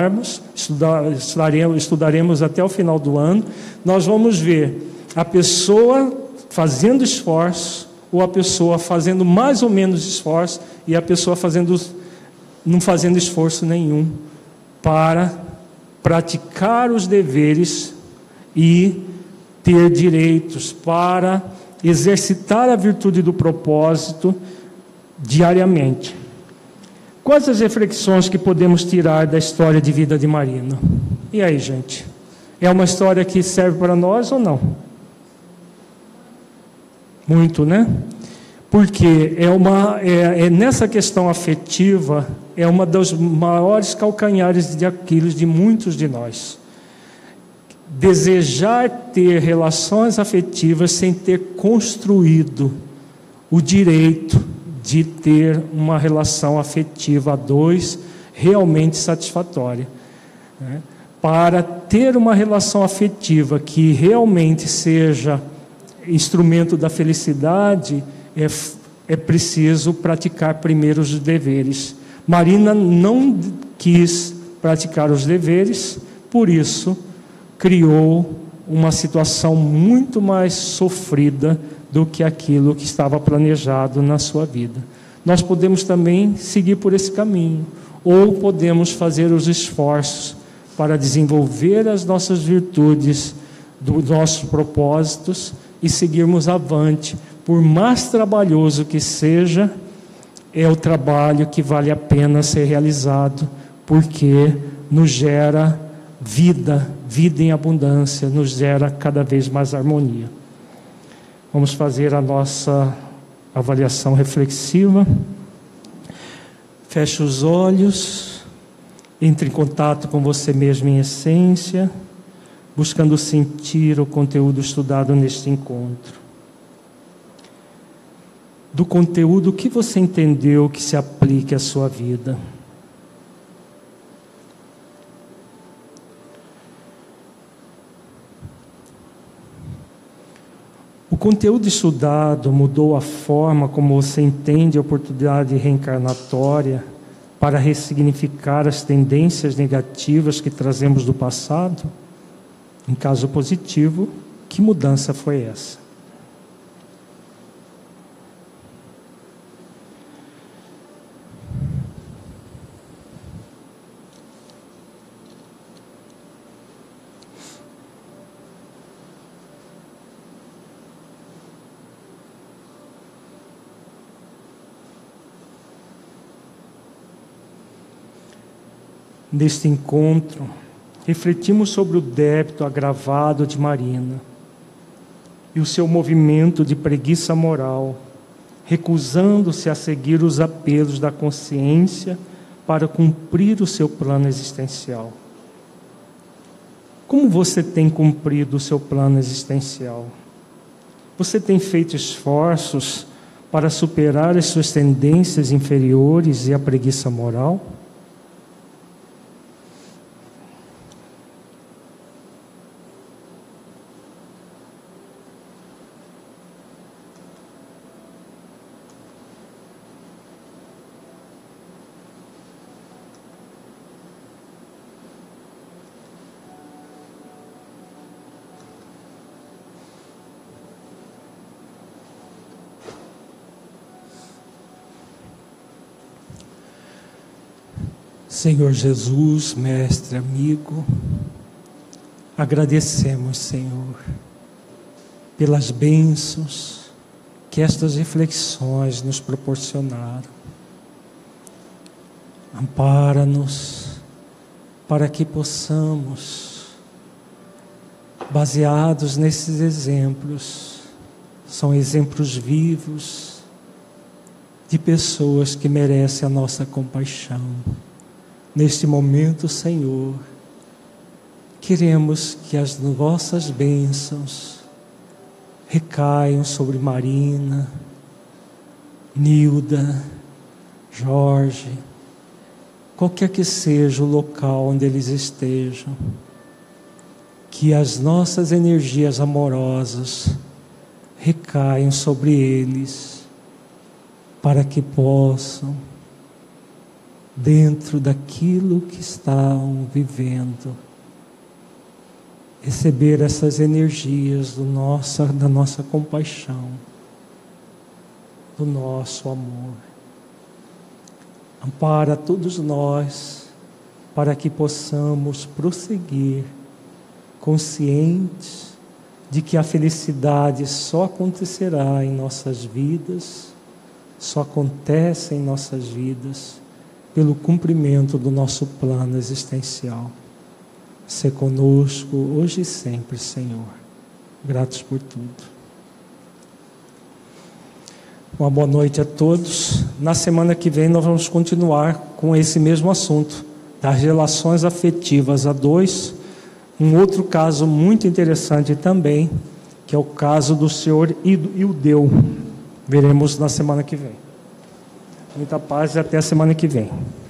Speaker 1: estudaremos até o final do ano, nós vamos ver a pessoa fazendo esforço, ou a pessoa fazendo mais ou menos esforço, e a pessoa não fazendo esforço nenhum para praticar os deveres e ter direitos, para exercitar a virtude do propósito diariamente. Quais as reflexões que podemos tirar da história de vida de Marina? E aí, gente? É uma história que serve para nós ou não? Muito, né? Porque nessa questão afetiva, é uma dos maiores calcanhares de Aquiles de muitos de nós. Desejar ter relações afetivas sem ter construído o direito de ter uma relação afetiva a dois realmente satisfatória. Para ter uma relação afetiva que realmente seja instrumento da felicidade, é preciso praticar primeiro os deveres. Marina não quis praticar os deveres, por isso criou uma situação muito mais sofrida do que aquilo que estava planejado na sua vida. Nós podemos também seguir por esse caminho, ou podemos fazer os esforços para desenvolver as nossas virtudes, dos nossos propósitos, e seguirmos avante. Por mais trabalhoso que seja, é o trabalho que vale a pena ser realizado, porque nos gera vida em abundância, nos gera cada vez mais harmonia. Vamos fazer a nossa avaliação reflexiva. Feche os olhos, entre em contato com você mesmo em essência, buscando sentir o conteúdo estudado neste encontro. Do conteúdo que você entendeu que se aplique à sua vida. O conteúdo estudado mudou a forma como você entende a oportunidade reencarnatória para ressignificar as tendências negativas que trazemos do passado? Em caso positivo, que mudança foi essa? Neste encontro, refletimos sobre o débito agravado de Marina e o seu movimento de preguiça moral, recusando-se a seguir os apelos da consciência para cumprir o seu plano existencial. Como você tem cumprido o seu plano existencial? Você tem feito esforços para superar as suas tendências inferiores e a preguiça moral?
Speaker 3: Senhor Jesus, mestre, amigo, agradecemos, Senhor, pelas bênçãos que estas reflexões nos proporcionaram. Ampara-nos para que possamos, baseados nesses exemplos, são exemplos vivos de pessoas que merecem a nossa compaixão. Neste momento, Senhor, queremos que as vossas bênçãos recaiam sobre Marina, Nilda, Jorge, qualquer que seja o local onde eles estejam, que as nossas energias amorosas recaiam sobre eles, para que possam, dentro daquilo que estão vivendo, receber essas energias da nossa compaixão, do nosso amor. Ampara todos nós para que possamos prosseguir conscientes de que a felicidade só acontecerá em nossas vidas, só acontece em nossas vidas pelo cumprimento do nosso plano existencial. Sê conosco hoje e sempre, Senhor. Gratos por tudo. Uma boa noite a todos. Na semana que vem nós vamos continuar com esse mesmo assunto, das relações afetivas a dois. Um outro caso muito interessante também, que é o caso do senhor Ildeu. Veremos na semana que vem. Muita paz e até a semana que vem.